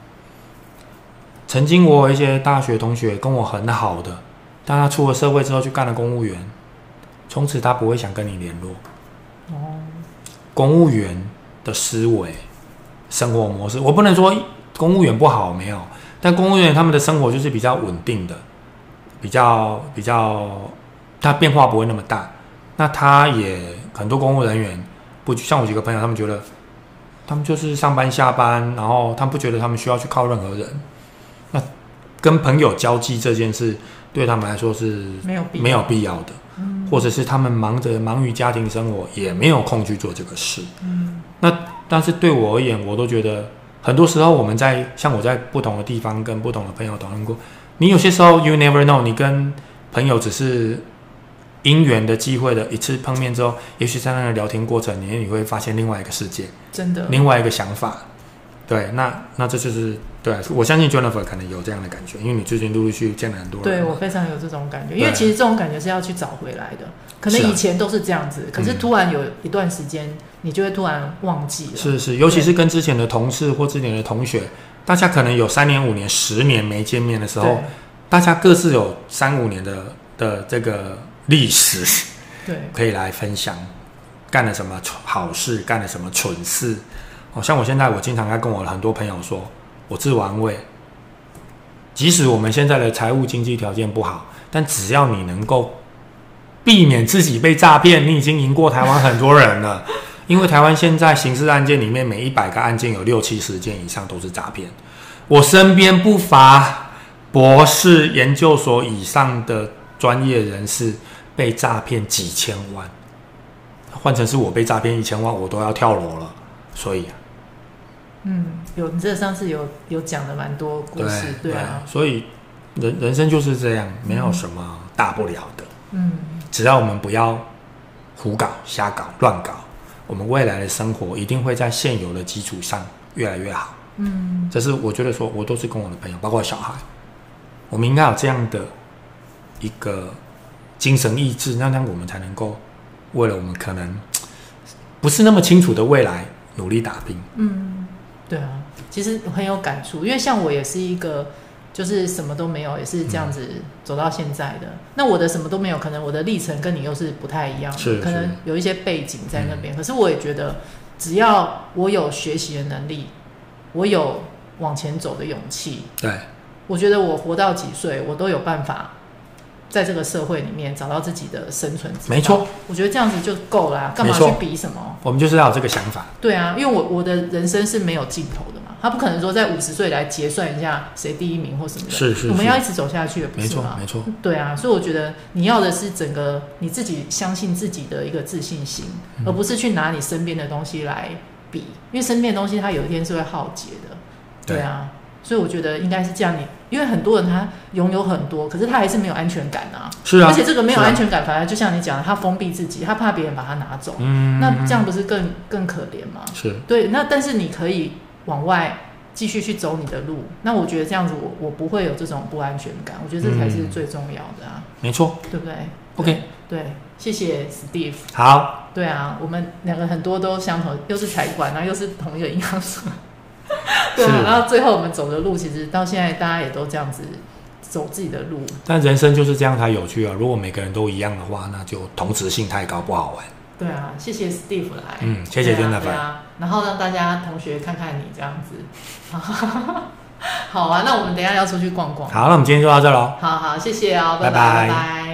曾经我有一些大学同学跟我很好的，但他出了社会之后去干了公务员，从此他不会想跟你联络。哦，公务员的思维、生活模式，我不能说公务员不好，没有。但公务员他们的生活就是比较稳定的，比较比较，他变化不会那么大。那他也很多公务人员不像我几个朋友，他们觉得他们就是上班下班，然后他们不觉得他们需要去靠任何人。那跟朋友交际这件事对他们来说是没有必要没有必要的，嗯、或者是他们忙着忙于家庭生活，也没有空去做这个事。嗯、那但是对我而言，我都觉得。很多时候我们在像我在不同的地方跟不同的朋友讨论过，你有些时候 you never know， 你跟朋友只是因缘的机会的一次碰面之后，也许在那个聊天过程里面，你会发现另外一个世界， 真的， 另外一个想法。对，那那这就是对，我相信 Jennifer 可能有这样的感觉，因为你最近陆陆续续见了很多人。 对，我非常有这种感觉，因为其实这种感觉是要去找回来的。可能以前都是这样子，啊、可是突然有一段时间，嗯、你就会突然忘记了。 是是，尤其是跟之前的同事或之前的同学，大家可能有三年、五年、十年没见面的时候，大家各自有三五年的的这个历史， 对， 可以来分享，干了什么好事，干了什么蠢事。哦，像我现在，我经常在跟我很多朋友说，我自我安慰，即使我们现在的财务经济条件不好，但只要你能够避免自己被诈骗，你已经赢过台湾很多人了。因为台湾现在刑事案件里面，每一百个案件有六七十件以上都是诈骗。我身边不乏博士、研究所以上的专业人士被诈骗几千万，换成是我被诈骗一千万，我都要跳楼了。所以啊。 嗯，有你这上次有有讲的蛮多故事， 对, 对啊， 所以人人生就是这样，没有什么大不了的。嗯，只要我们不要胡搞、瞎搞、乱搞，我们未来的生活一定会在现有的基础上越来越好。嗯，这是我觉得说，我都是跟我的朋友，包括小孩，我们应该有这样的一个精神意志，那样我们才能够为了我们可能不是那么清楚的未来努力打拼。 嗯。对啊，其实很有感触，因为像我也是一个，就是什么都没有，也是这样子走到现在的。嗯、那我的什么都没有，可能我的历程跟你又是不太一样的， 是可能有一些背景在那边。嗯、可是我也觉得，只要我有学习的能力，我有往前走的勇气， 对， 我觉得我活到几岁，我都有办法在这个社会里面找到自己的生存之道。 没错， 我觉得这样子就够了、啊，干嘛去比什么？ 我们就是要有这个想法。 对啊，因为我我的人生是没有尽头的嘛，他不可能说在五十岁来结算一下谁第一名或什么的。 是 是, 是， 我们要一直走下去的，不是吗？ 没错，没错。 对啊，所以我觉得你要的是整个你自己相信自己的一个自信心，嗯、而不是去拿你身边的东西来比，因为身边的东西它有一天是会耗竭的。对啊。所以我觉得应该是这样，你因为很多人他拥有很多，可是他还是没有安全感啊。 是啊， 而且这个没有安全感，反而就像你讲的，他封闭自己，他怕别人把他拿走。嗯，那这样不是更更可怜吗？ 是。 对，那但是你可以往外继续去走你的路，那我觉得这样子我我不会有这种不安全感，我觉得这才是最重要的啊。 嗯、没错， 对不对 ？OK， 对，对谢谢 Steve。 好。 对啊，我们两个很多都相同，又是财管，然后又是同一个银行所。对啊，然后最后我们走的路，其实到现在大家也都这样子走自己的路。 但人生就是这样才有趣啊！如果每个人都一样的话，那就同质性太高，不好玩。 对啊，谢谢 Steve 来， 嗯，谢谢 Jennifer。对啊，然后让大家同学看看你这样子。好啊，那我们等一下要出去逛逛。 好，那我们今天就到这喽。 好好，谢谢哦，拜拜。 拜拜拜拜。